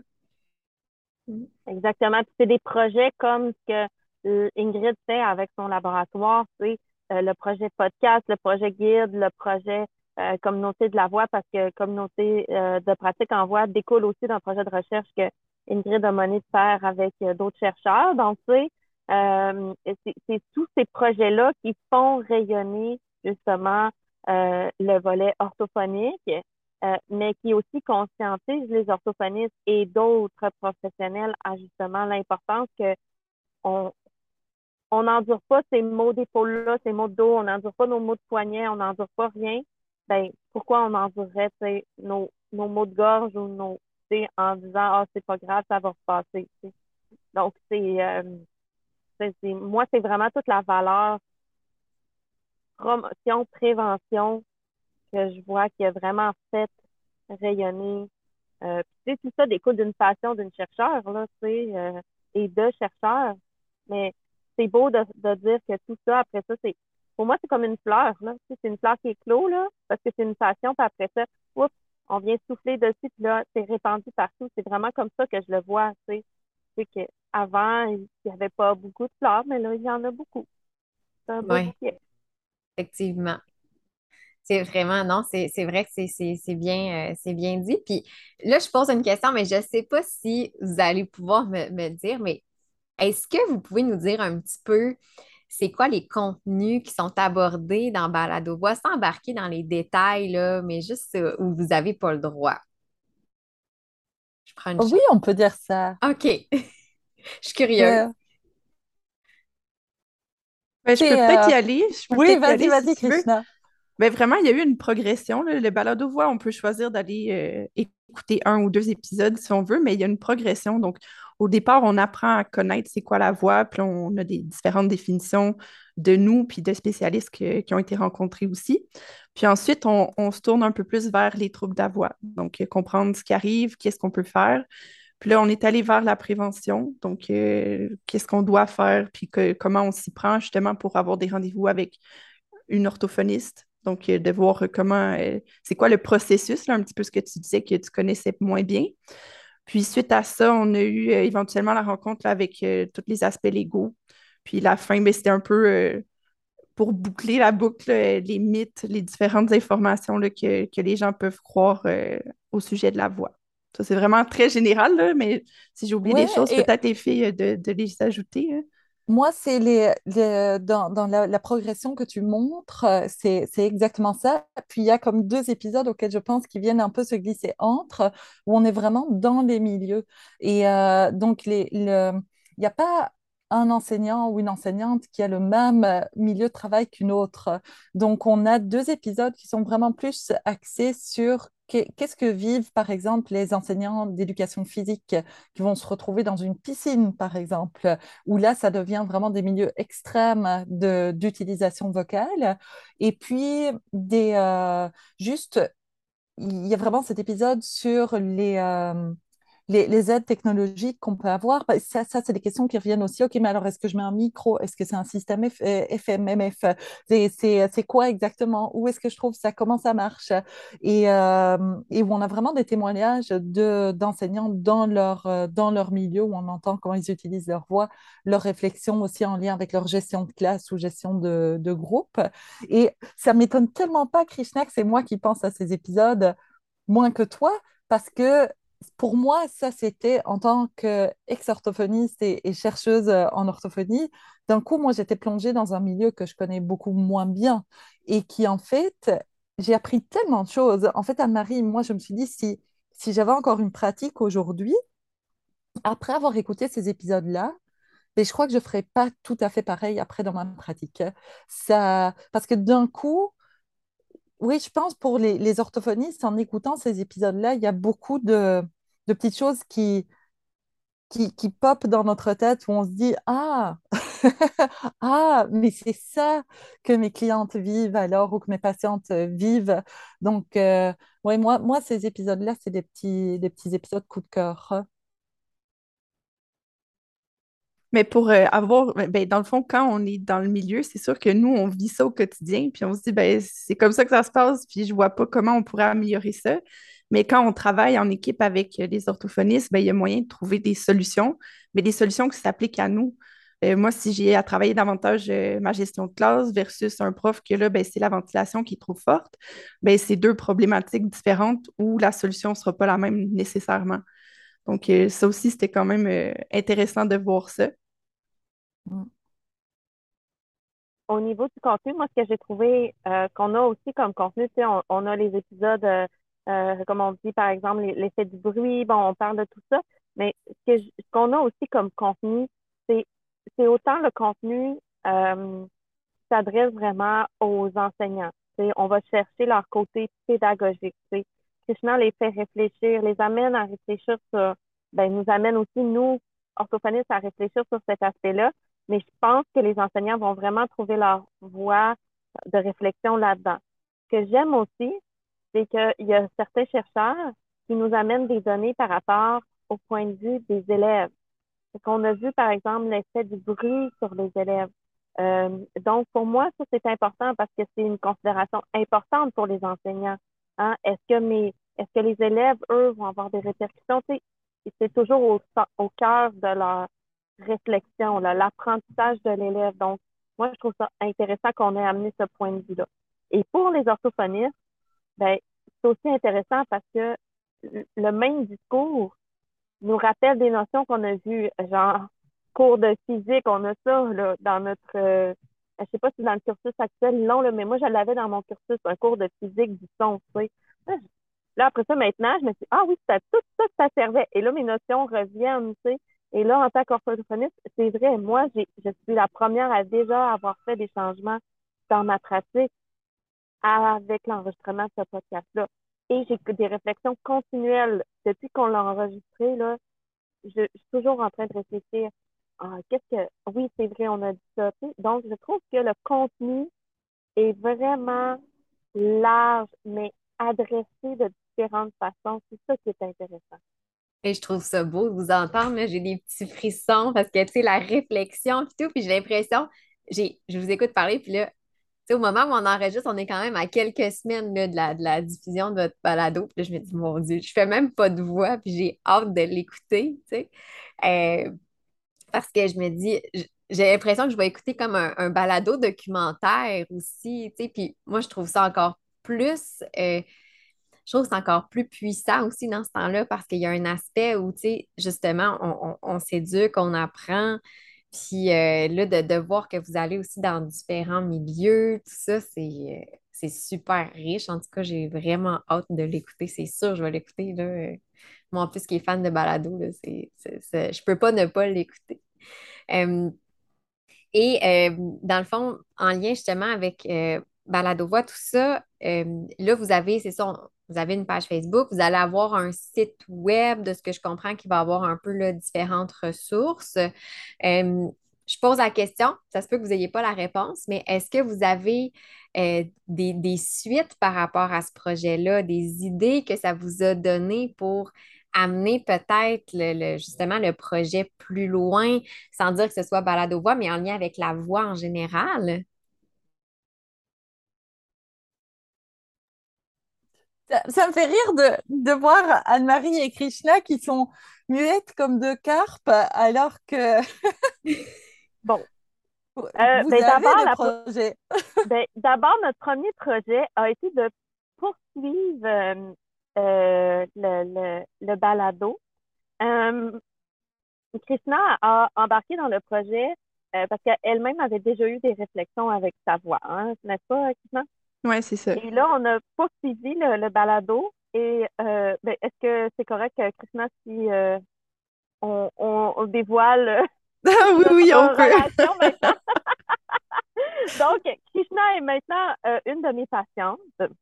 Mm. Exactement. Puis c'est des projets comme ce que euh, Ingrid fait avec son laboratoire, c'est euh, le projet podcast, le projet guide, le projet euh, communauté de la voix, parce que communauté euh, de pratique en voix découle aussi d'un projet de recherche que Ingrid a mené de faire avec euh, d'autres chercheurs. Donc, tu sais, euh, c'est c'est tous ces projets-là qui font rayonner justement euh, le volet orthophonique euh, mais qui aussi conscientise les orthophonistes et d'autres professionnels à justement l'importance que on on n'endure pas ces maux d'épaule-là, ces maux de dos, on n'endure pas nos maux de poignet, on n'endure pas rien. Ben, pourquoi on endurerait nos, nos maux de gorge ou nos, en disant, ah, c'est pas grave, ça va repasser. T'sais. Donc, c'est, euh, c'est, c'est- moi, c'est vraiment toute la valeur promotion, prévention que je vois qui a vraiment fait rayonner. Euh, puis, tu sais, tout ça découle d'une passion d'une chercheure, là, tu sais, euh, et de chercheurs. Mais c'est beau de, de dire que tout ça, après ça, c'est, pour moi, c'est comme une fleur, là. Tu sais, c'est une fleur qui éclot, là, parce que c'est une passion, puis après ça, oups, on vient souffler dessus, puis là, c'est répandu partout. C'est vraiment comme ça que je le vois, tu sais. Tu sais qu'avant, il n'y avait pas beaucoup de fleurs, mais là, il y en a beaucoup. C'est un beau Oui, bouquet. effectivement. C'est vraiment, non, c'est c'est vrai que c'est c'est- c'est bien, euh, c'est bien dit. Puis là, je pose une question, mais je ne sais pas si vous allez pouvoir me, me dire, mais est-ce que vous pouvez nous dire un petit peu c'est quoi les contenus qui sont abordés dans Balado Voix, sans embarquer dans les détails, là, mais juste euh, où vous n'avez pas le droit? Je prends une Oui, chance. on peut dire ça. OK. Je suis curieuse. Euh, Ben, je peux c'est, peut-être euh, y aller. Je peux Oui, peut-être y vas-y, aller si vas-y, tu veux. Krishna. Ben vraiment, il y a eu une progression, là. Le balado voix, on peut choisir d'aller euh, écouter un ou deux épisodes si on veut, mais il y a une progression. Donc, au départ, on apprend à connaître c'est quoi la voix, puis on a des différentes définitions de nous, puis de spécialistes que- qui ont été rencontrés aussi. Puis ensuite, on, on se tourne un peu plus vers les troubles de la voix. Donc, euh, comprendre ce qui arrive, qu'est-ce qu'on peut faire. Puis là, on est allé vers la prévention. Donc, euh, qu'est-ce qu'on doit faire, puis que- comment on s'y prend justement pour avoir des rendez-vous avec une orthophoniste. Donc, euh, de voir comment, euh, c'est quoi le processus, là, un petit peu ce que tu disais que tu connaissais moins bien. Puis, suite à ça, on a eu euh, éventuellement la rencontre là, avec euh, tous les aspects légaux. Puis, la fin, ben, c'était un peu euh, pour boucler la boucle, euh, les mythes, les différentes informations là, que, que les gens peuvent croire euh, au sujet de la voix. Ça, c'est vraiment très général, là, mais si j'ai oublié Ouais, des choses, et peut-être les filles, euh, de, de les ajouter, hein. moi, c'est les, les- dans, dans la, la progression que tu montres, euh, c'est, c'est exactement ça. Puis il y a comme deux épisodes auxquels je pense qui viennent un peu se glisser entre, où on est vraiment dans les milieux. Et euh, donc, les, le, il n'y a pas un enseignant ou une enseignante qui a le même euh, milieu de travail qu'une autre. Donc, on a deux épisodes qui sont vraiment plus axés sur qu'est- qu'est-ce que vivent, par exemple, les enseignants d'éducation physique qui vont se retrouver dans une piscine, par exemple où là, ça devient vraiment des milieux extrêmes de, d'utilisation vocale. Et puis, des, euh, juste, il y a vraiment cet épisode sur les, euh, les, les aides technologiques qu'on peut avoir. Bah, Ça, ça c'est des questions qui reviennent aussi. OK, mais alors, est-ce que je mets un micro? Est-ce que c'est un système F- euh, F M M F? C'est, c'est, c'est quoi exactement? Où est-ce que je trouve ça? Comment ça marche? Et, euh, et où on a vraiment des témoignages de, d'enseignants dans leur, euh, dans leur milieu, où on entend comment ils utilisent leur voix, leurs réflexions aussi en lien avec leur gestion de classe ou gestion de, de groupe. Et ça m'étonne tellement pas, Krishna, que c'est moi qui pense à ces épisodes moins que toi, parce que pour moi, ça, c'était en tant qu'ex-orthophoniste et, et chercheuse euh, en orthophonie, d'un coup, moi, j'étais plongée dans un milieu que je connais beaucoup moins bien et qui, en fait, j'ai appris tellement de choses. En fait, Anne-Marie, moi, je me suis dit, si, si j'avais encore une pratique aujourd'hui, après avoir écouté ces épisodes-là, mais je crois que je ne ferais pas tout à fait pareil après dans ma pratique. Ça, parce que d'un coup, oui, je pense pour les, les orthophonistes, en écoutant ces épisodes-là, il y a beaucoup de, de petites choses qui, qui, qui popent dans notre tête où on se dit, ah, ah, mais c'est ça que mes clientes vivent alors ou que mes patientes euh, vivent. Donc, euh, ouais, moi, moi, ces épisodes-là, c'est des petits, des petits épisodes coup de cœur. Mais pour euh, avoir, ben, ben, dans le fond, quand on est dans le milieu, c'est sûr que nous, on vit ça au quotidien, puis on se dit, ben, c'est comme ça que ça se passe, puis je vois pas comment on pourrait améliorer ça. Mais quand on travaille en équipe avec euh, les orthophonistes, ben, il y a moyen de trouver des solutions, mais des solutions qui s'appliquent à nous. Euh, moi, si j'ai à travailler davantage euh, ma gestion de classe versus un prof que là, ben, c'est la ventilation qui est trop forte, ben, c'est deux problématiques différentes où la solution ne sera pas la même nécessairement. Donc, euh, ça aussi, c'était quand même euh, intéressant de voir ça. Mm. Au niveau du contenu, moi, ce que j'ai trouvé euh, qu'on a aussi comme contenu, tu sais, on, on a les épisodes, euh, euh, comme on dit, par exemple, les- l'effet du bruit, bon, on parle de tout ça, mais ce que j- ce qu'on a aussi comme contenu, c'est c'est autant le contenu euh, qui s'adresse vraiment aux enseignants. Tu sais, on va chercher leur côté pédagogique. Tu sais. Krishna les fait réfléchir, les amène à réfléchir sur, ben, nous amène aussi, nous, orthophonistes, à réfléchir sur cet aspect-là. Mais je pense que les enseignants vont vraiment trouver leur voie de réflexion là-dedans. Ce que j'aime aussi, c'est qu'il y a certains chercheurs qui nous amènent des données par rapport au point de vue des élèves. Fait qu'on a vu, par exemple, l'effet du bruit sur les élèves. Euh, donc, pour moi, ça, c'est important parce que c'est une considération importante pour les enseignants. Hein? Est-ce que mes, est-ce que les élèves, eux, vont avoir des répercussions? Tu sais, c'est toujours au, au cœur de leur réflexion, là, l'apprentissage de l'élève. Donc, moi, je trouve ça intéressant qu'on ait amené ce point de vue-là. Et pour les orthophonistes, ben, c'est aussi intéressant parce que le même discours nous rappelle des notions qu'on a vues, genre cours de physique, on a ça là, dans notre, euh, je sais pas si dans le cursus actuel, non, là, mais moi, je l'avais dans mon cursus, un cours de physique du son, tu sais. Là, je- là, après ça, maintenant, je me suis dit, ah oui, c'était tout ça que ça servait. Et là, mes notions reviennent, tu sais. Et là, en tant qu'orthophoniste, c'est vrai, moi, j'ai, je suis la première à déjà avoir fait des changements dans ma pratique avec l'enregistrement de ce podcast-là. Et j'ai des réflexions continuelles. Depuis qu'on l'a enregistré, là, je, je suis toujours en train de réfléchir. Ah, qu'est-ce que. Oui, c'est vrai, on a dit ça. Tu sais. Donc, je trouve que le contenu est vraiment large, mais adressé de différentes façons. C'est ça qui est intéressant. Et je trouve ça beau de vous entendre, là. J'ai des petits frissons parce que, tu sais, la réflexion, puis tout, puis j'ai l'impression, j'ai, je vous écoute parler, puis là, tu sais, au moment où on enregistre, on est quand même à quelques semaines là, de la, de la diffusion de votre balado. Puis là, je me dis, mon Dieu, je fais même pas de voix, puis j'ai hâte de l'écouter, tu sais. Euh, parce que je me dis, j- j'ai l'impression que je vais écouter comme un, un balado documentaire aussi, tu sais. Puis moi, je trouve ça encore plus, euh, je trouve que c'est encore plus puissant aussi dans ce temps-là parce qu'il y a un aspect où, tu sais, justement, on, on, on s'éduque, on apprend. Puis euh, là, de, de voir que vous allez aussi dans différents milieux, tout ça, c'est, euh, c'est super riche. En tout cas, j'ai vraiment hâte de l'écouter. C'est sûr, je vais l'écouter, là. Euh, Moi, en plus, qui est fan de balado, là, c'est, c'est, c'est- je peux pas ne pas l'écouter. Euh, et euh, dans le fond, en lien justement avec euh, Balado Voix, tout ça, euh, là, vous avez, c'est ça, on- vous avez une page Facebook, vous allez avoir un site web, de ce que je comprends, qui va avoir un peu là, différentes ressources. Euh, je pose la question, ça se peut que vous n'ayez pas la réponse, mais est-ce que vous avez euh, des, des suites par rapport à ce projet-là, des idées que ça vous a donné pour amener peut-être le, le- justement le projet plus loin? Sans dire que ce soit balado-voix, mais en lien avec la voix en général. Ça, ça me fait rire de, de voir Anne-Marie et Krishna qui sont muettes comme deux carpes alors que Bon, vous euh, vous ben avez d'abord, des la, pro- projets. ben, d'abord, notre premier projet a été de poursuivre euh, euh, le, le, le balado. Euh, Krishna a embarqué dans le projet euh, parce qu'elle-même avait déjà eu des réflexions avec sa voix, hein, n'est-ce pas, Krishna? Ouais, c'est ça. Et là, on a poursuivi le, le balado. Et euh, ben, est-ce que c'est correct, euh, Krishna, si euh, on, on, on dévoile euh, Ah oui, notre oui, on peut. relation maintenant? Donc, Krishna est maintenant euh, une de mes patientes.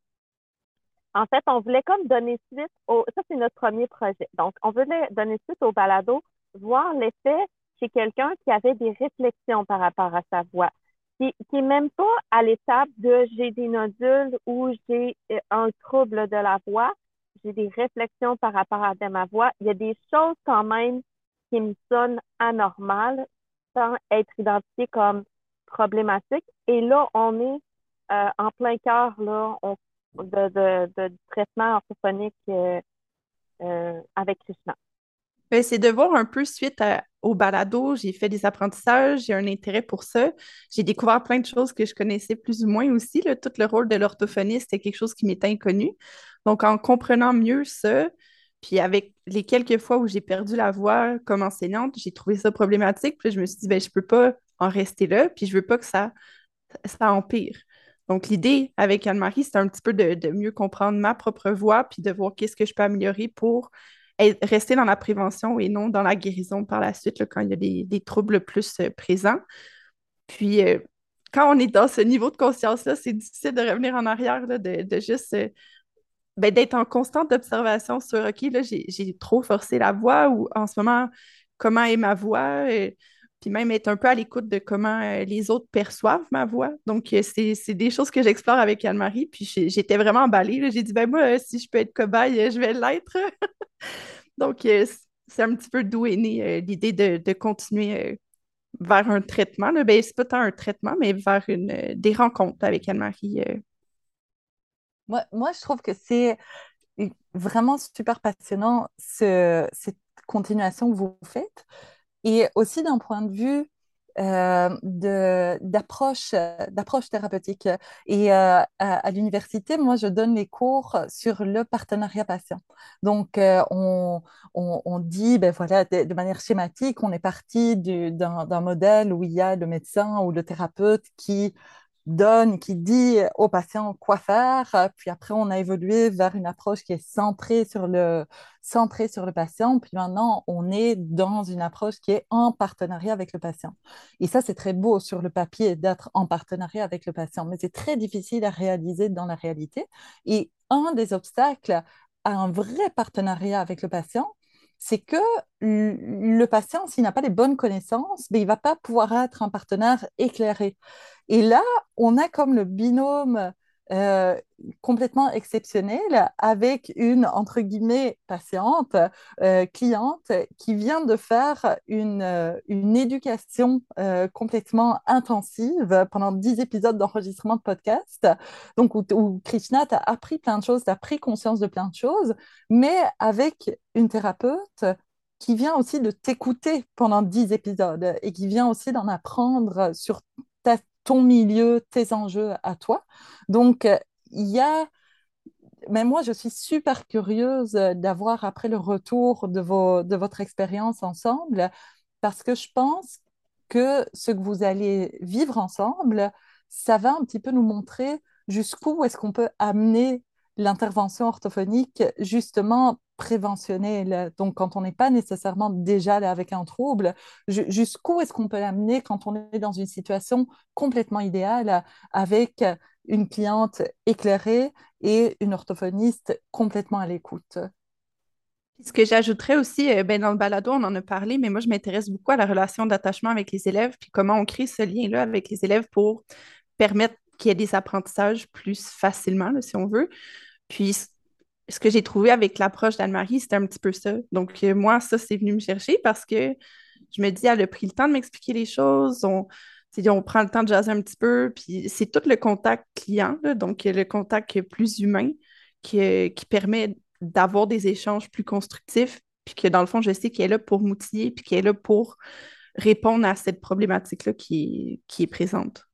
En fait, on voulait comme donner suite au... Ça, c'est notre premier projet. Donc, on voulait donner suite au balado, voir l'effet chez quelqu'un qui avait des réflexions par rapport à sa voix, qui, qui est même pas à l'étape de j'ai des nodules ou j'ai euh, un trouble de la voix, j'ai des réflexions par rapport à de ma voix. Il y a des choses quand même qui me sonnent anormales sans être identifiées comme problématiques. Et là, on est euh, en plein cœur, là, on de, de, de, du traitement orthophonique euh, euh, avec Krishna. Ben, c'est de voir un peu suite à- au balado. J'ai fait des apprentissages, j'ai un intérêt pour ça. J'ai découvert plein de choses que je connaissais plus ou moins aussi. Là. Tout le rôle de l'orthophoniste, c'était quelque chose qui m'était inconnu. Donc, en comprenant mieux ça, puis avec les quelques fois où j'ai perdu la voix comme enseignante, j'ai trouvé ça problématique. Puis là, je me suis dit, ben, je peux pas en rester là, puis je veux pas que ça, ça empire. Donc, l'idée avec Anne-Marie, c'est un petit peu de, de mieux comprendre ma propre voix, puis de voir qu'est-ce que je peux améliorer pour être- rester dans la prévention et non dans la guérison par la suite, là, quand il y a des, des troubles plus euh, présents. Puis, euh, quand on est dans ce niveau de conscience-là, c'est difficile de revenir en arrière, là, de, de juste euh, ben, d'être en constante observation sur OK, là, j'ai, j'ai trop forcé la voix ou en ce moment, comment est ma voix? Euh, puis même être un peu à l'écoute de comment euh, les autres perçoivent ma voix. Donc, euh, c'est, c'est des choses que j'explore avec Anne-Marie, puis j'ai- j'étais vraiment emballée, là. J'ai dit, ben moi, euh, si je peux être cobaye, euh, je vais l'être. Donc, euh, c- c'est un petit peu d'où est née euh, l'idée de, de continuer euh, vers un traitement, là. Ben, c'est pas tant un traitement, mais vers une, euh, des rencontres avec Anne-Marie. euh. Moi, moi, je trouve que c'est vraiment super passionnant ce- cette continuation que vous faites. Et aussi d'un point de vue euh, de, d'approche, d'approche thérapeutique. Et euh, à, à l'université, moi, je donne les cours sur le partenariat patient. Donc, euh, on, on, on dit, ben voilà, de, de manière schématique, on est parti du- d'un, d'un modèle où il y a le médecin ou le thérapeute qui donne, qui dit au patient quoi faire. Puis après, on a évolué vers une approche qui est centrée sur le, centrée sur le patient. Puis maintenant, on est dans une approche qui est en partenariat avec le patient. Et ça, c'est très beau sur le papier d'être en partenariat avec le patient, mais c'est très difficile à réaliser dans la réalité. Et un des obstacles à un vrai partenariat avec le patient, c'est que le patient, s'il n'a pas les bonnes connaissances, ben, il ne va pas pouvoir être un partenaire éclairé. Et là, on a comme le binôme euh, complètement exceptionnel avec une, entre guillemets, patiente, euh, cliente, qui vient de faire une, euh, une éducation euh, complètement intensive pendant dix épisodes d'enregistrement de podcast, donc où, où Krishna t'a appris plein de choses, t'a pris conscience de plein de choses, mais avec une thérapeute qui vient aussi de t'écouter pendant dix épisodes et qui vient aussi d'en apprendre sur ta ton milieu, tes enjeux à toi. Donc, euh, il y a... Mais moi, je suis super curieuse d'avoir après le retour de, vos, de votre expérience ensemble, parce que je pense que ce que vous allez vivre ensemble, ça va un petit peu nous montrer jusqu'où est-ce qu'on peut amener l'intervention orthophonique justement préventionnelle. Donc, quand on n'est pas nécessairement déjà là avec un trouble, ju- jusqu'où est-ce qu'on peut l'amener quand on est dans une situation complètement idéale avec une cliente éclairée et une orthophoniste complètement à l'écoute. Puis ce que j'ajouterais aussi, euh, ben, dans le balado, on en a parlé, mais moi, je m'intéresse beaucoup à la relation d'attachement avec les élèves, puis comment on crée ce lien-là avec les élèves pour permettre qu'il y ait des apprentissages plus facilement, là, si on veut. Puis c- ce que j'ai trouvé avec l'approche d'Anne-Marie, c'était un petit peu ça. Donc, euh, moi, ça, c'est venu me chercher parce que je me dis, elle a pris le temps de m'expliquer les choses. On, tu sais, on prend le temps de jaser un petit peu. Puis c'est tout le contact client, là, donc euh, le contact plus humain qui, euh, qui permet d'avoir des échanges plus constructifs. Puis que dans le fond, je sais qu'elle est là pour m'outiller, puis qu'elle est là pour répondre à cette problématique-là qui est, qui est présente.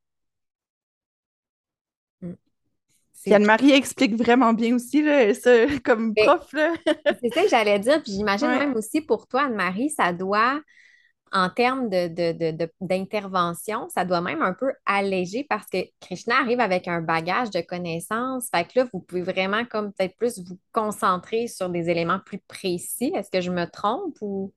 Mm. Puis C'est Anne-Marie explique vraiment bien aussi, là, ça, comme ben, prof, là. c'est ça que j'allais dire, puis j'imagine Ouais. même aussi pour toi, Anne-Marie, ça doit, en termes de, de- de- de- d'intervention, ça doit même un peu alléger parce que Krishna arrive avec un bagage de connaissances. Fait que là, vous pouvez vraiment comme peut-être plus vous concentrer sur des éléments plus précis. Est-ce que je me trompe ou...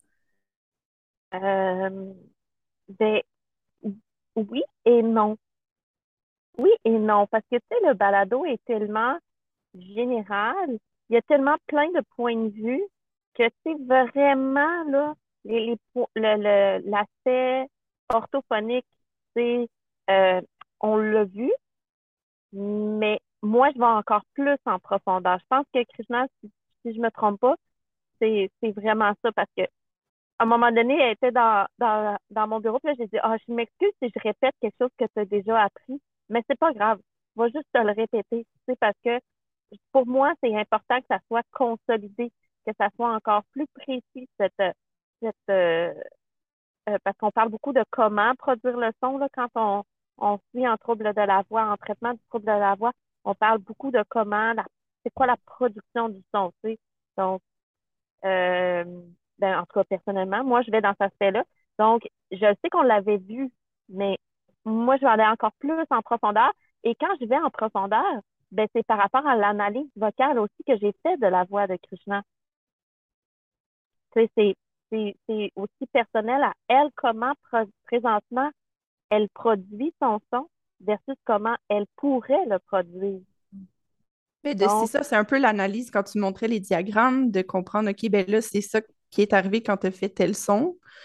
Euh, ben, oui et non. Oui et non, parce que, tu sais, le balado est tellement général, il y a tellement plein de points de vue que, tu sais, vraiment, là, les, les po- le, le- l'aspect orthophonique, c'est, euh, on l'a vu, mais moi, je vais encore plus en profondeur. Je pense que Krishna, si, si je me trompe pas, c'est, c'est vraiment ça, parce que à un moment donné, elle était dans, dans, dans mon bureau, puis là, j'ai dit, ah, je m'excuse si je répète quelque chose que tu as déjà appris, mais c'est pas grave. Je vais juste te le répéter, tu sais, parce que pour moi, c'est important que ça soit consolidé, que ça soit encore plus précis, cette, cette, euh, euh, parce qu'on parle beaucoup de comment produire le son, là, quand on, on suit un trouble de la voix, en traitement du trouble de la voix, on parle beaucoup de comment, la- c'est quoi la production du son, tu sais. Donc, euh, ben, en tout cas, personnellement, moi, je vais dans cet aspect-là. Donc, je sais qu'on l'avait vu, mais moi, je vais aller encore plus en profondeur. Et quand je vais en profondeur, ben, c'est par rapport à l'analyse vocale aussi que j'ai fait de la voix de Krishna. Tu sais, c'est, c'est, c'est aussi personnel à elle, comment pro- présentement elle produit son son versus comment elle pourrait le produire. Mais de, c'est Donc, ça, c'est un peu l'analyse quand tu montrais les diagrammes, de comprendre, OK, ben là, c'est ça qui est arrivé quand tu as fait tel son.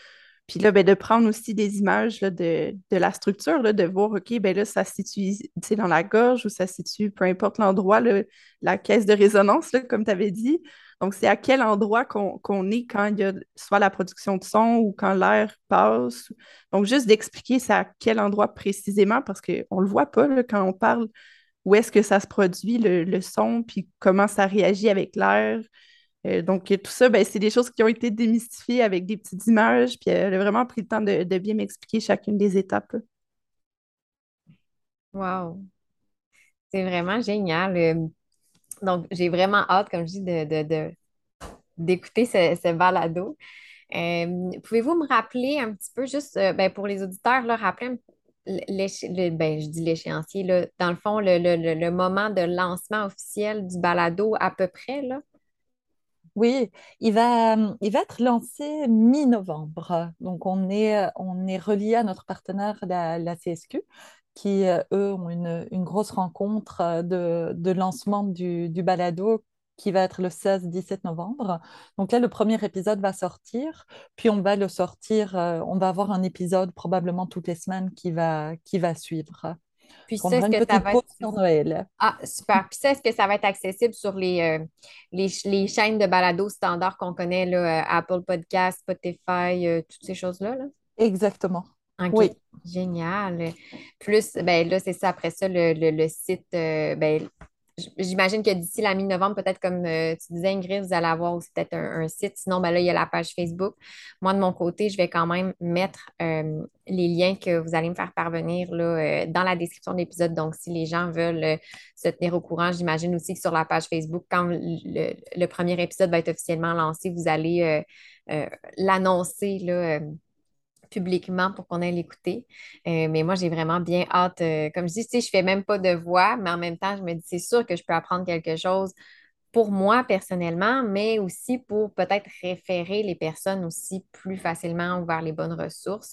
Puis là, ben, de prendre aussi des images là, de, de la structure, là, de voir, OK, ben là, ça se situe tu sais, dans la gorge ou ça se situe, peu importe l'endroit, là, la caisse de résonance, là, comme tu avais dit. Donc, c'est à quel endroit qu'on qu'on est quand il y a soit la production de son ou quand l'air passe. Donc, juste d'expliquer c'est à quel endroit précisément, parce qu'on ne le voit pas là, quand on parle, où est-ce que ça se produit, le, le son, puis comment ça réagit avec l'air. Euh, donc, tout ça, ben, c'est des choses qui ont été démystifiées avec des petites images, puis elle a vraiment pris le temps de, de bien m'expliquer chacune des étapes, là. Wow! C'est vraiment génial. Euh, Donc, j'ai vraiment hâte, comme je dis, de, de, de- d'écouter ce, ce balado. Euh, pouvez-vous me rappeler un petit peu, juste euh, ben, pour les auditeurs, là, rappeler un- l'éche- le- ben, je dis l'échéancier, là, dans le fond, le, le- le- le moment de lancement officiel du balado à peu près, là? Oui, il va, il va être lancé mi-novembre. Donc, on est, on est relié à notre partenaire, la, la C S Q, qui, euh, eux, ont une, une grosse rencontre euh, de, de lancement du, du balado qui va être le seize dix-sept novembre. Donc là, le premier épisode va sortir, puis on va le sortir, euh, on va avoir un épisode probablement toutes les semaines qui va, qui va suivre. Puis On ça, aura est-ce une que ça petite va pause être... sur Noël. Ah, super. Puis ça, est-ce que ça va être accessible sur les, euh, les, ch- les chaînes de balado standards qu'on connaît, là, euh, Apple Podcasts, Spotify, euh, toutes ces choses-là, là? Exactement. OK, Oui. génial. Plus, ben là, c'est ça, après ça, le, le- le site, euh, ben, j- j'imagine que d'ici la mi-novembre, peut-être comme euh, tu disais, Ingrid, vous allez avoir aussi peut-être un, un site. Sinon, ben là, il y a la page Facebook. Moi, de mon côté, je vais quand même mettre euh, les liens que vous allez me faire parvenir là, euh, dans la description de l'épisode. Donc, si les gens veulent euh, se tenir au courant, j'imagine aussi que sur la page Facebook, quand le, le- le premier épisode va être officiellement lancé, vous allez euh, euh, l'annoncer là. euh, publiquement pour qu'on aille l'écouter. Euh, mais moi, j'ai vraiment bien hâte. Euh, comme je dis, tu sais, je fais même pas de voix, mais en même temps, je me dis, c'est sûr que je peux apprendre quelque chose pour moi personnellement, mais aussi pour peut-être référer les personnes aussi plus facilement vers les bonnes ressources.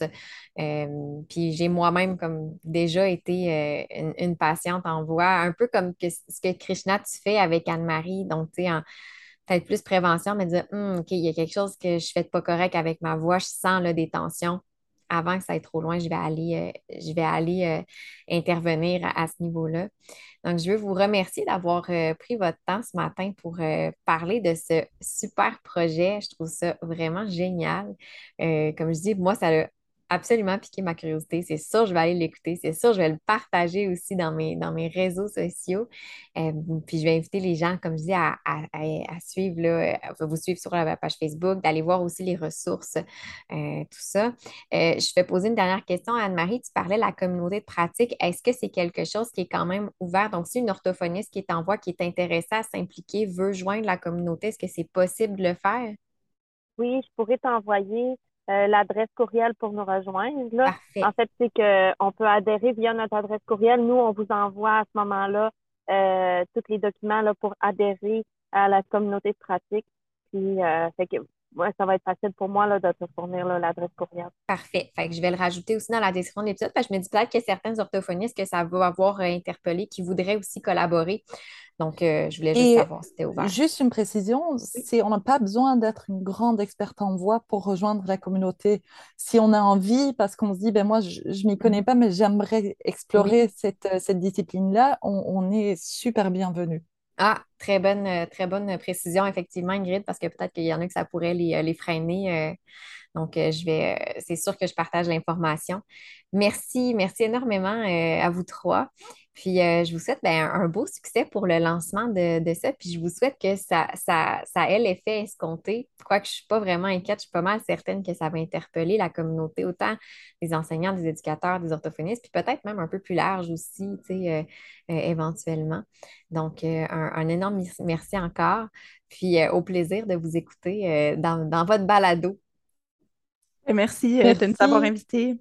Euh, puis j'ai moi-même comme déjà été euh, une, une patiente en voix, un peu comme que- ce que Krishna tu fais avec Anne-Marie. Donc, tu sais, en- peut-être plus prévention, mais dire, Hum, OK, il y a quelque chose que je fais de pas correct avec ma voix, je sens là, des tensions. Avant que ça aille trop loin, je vais aller, euh, je vais aller euh, intervenir à, à ce niveau-là. Donc, je veux vous remercier d'avoir euh, pris votre temps ce matin pour euh, parler de ce super projet. Je trouve ça vraiment génial. Euh, comme je dis, moi, ça a absolument piqué ma curiosité. C'est sûr, je vais aller l'écouter. C'est sûr, je vais le partager aussi dans mes, dans mes réseaux sociaux. Euh, puis, je vais inviter les gens, comme je dis, à, à- à- à suivre, là, à vous suivre sur la page Facebook, d'aller voir aussi les ressources, euh, tout ça. Euh, je vais poser une dernière question à Anne-Marie. Tu parlais de la communauté de pratique. Est-ce que c'est quelque chose qui est quand même ouvert? Donc, si une orthophoniste qui est en voie, qui est intéressée à s'impliquer, veut joindre la communauté, est-ce que c'est possible de le faire? Oui, je pourrais t'envoyer euh, l'adresse courriel pour nous rejoindre, là. En Parfait. fait, c'est que on peut adhérer via notre adresse courriel. Nous, on vous envoie à ce moment-là euh, tous les documents là, pour adhérer à la communauté de pratique. Puis, euh, fait que, ouais, ça va être facile pour moi là, de te fournir là, l'adresse courriel. Parfait. Fait que je vais le rajouter aussi dans la description de l'épisode parce que je me dis peut-être qu'il y a certains orthophonistes que ça va avoir euh, interpellé qui voudraient aussi collaborer. Donc, euh, je voulais juste Et savoir si c'était ouvert. juste une précision, Oui. c'est, on n'a pas besoin d'être une grande experte en voix pour rejoindre la communauté. Si on a envie, parce qu'on se dit, ben moi, je ne m'y connais Mhm. pas, mais j'aimerais Oui. explorer cette, euh, cette discipline-là, on, on est super bienvenu. Ah, très bonne, euh, très bonne précision, effectivement, Ingrid, parce que peut-être qu'il y en a que ça pourrait les, euh, les freiner. euh, Donc, euh, je vais, euh, c'est sûr que je partage l'information. Merci, merci énormément euh, à vous trois. Puis, euh, je vous souhaite ben, un, un beau succès pour le lancement de, de ça. Puis, je vous souhaite que ça, ça, ça ait l'effet escompté. Quoique je ne suis pas vraiment inquiète, je suis pas mal certaine que ça va interpeller la communauté, autant des enseignants, des éducateurs, des orthophonistes, puis peut-être même un peu plus large aussi, tu sais, euh, euh, éventuellement. Donc, euh, un, un énorme merci encore. Puis, euh, au plaisir de vous écouter euh, dans, dans votre balado. Et merci euh, de nous avoir Merci. invités.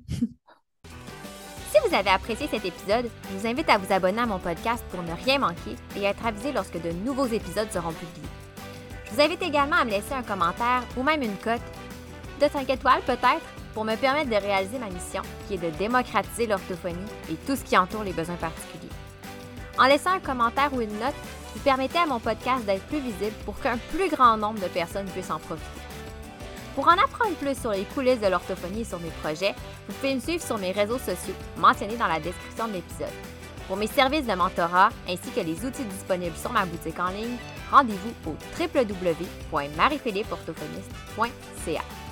Si vous avez apprécié cet épisode, je vous invite à vous abonner à mon podcast pour ne rien manquer et être avisé lorsque de nouveaux épisodes seront publiés. Je vous invite également à me laisser un commentaire ou même une cote de cinq étoiles peut-être pour me permettre de réaliser ma mission qui est de démocratiser l'orthophonie et tout ce qui entoure les besoins particuliers. En laissant un commentaire ou une note, vous permettez à mon podcast d'être plus visible pour qu'un plus grand nombre de personnes puissent en profiter. Pour en apprendre plus sur les coulisses de l'orthophonie et sur mes projets, vous pouvez me suivre sur mes réseaux sociaux mentionnés dans la description de l'épisode. Pour mes services de mentorat ainsi que les outils disponibles sur ma boutique en ligne, rendez-vous au w w w point marie philippe orthophoniste point c a.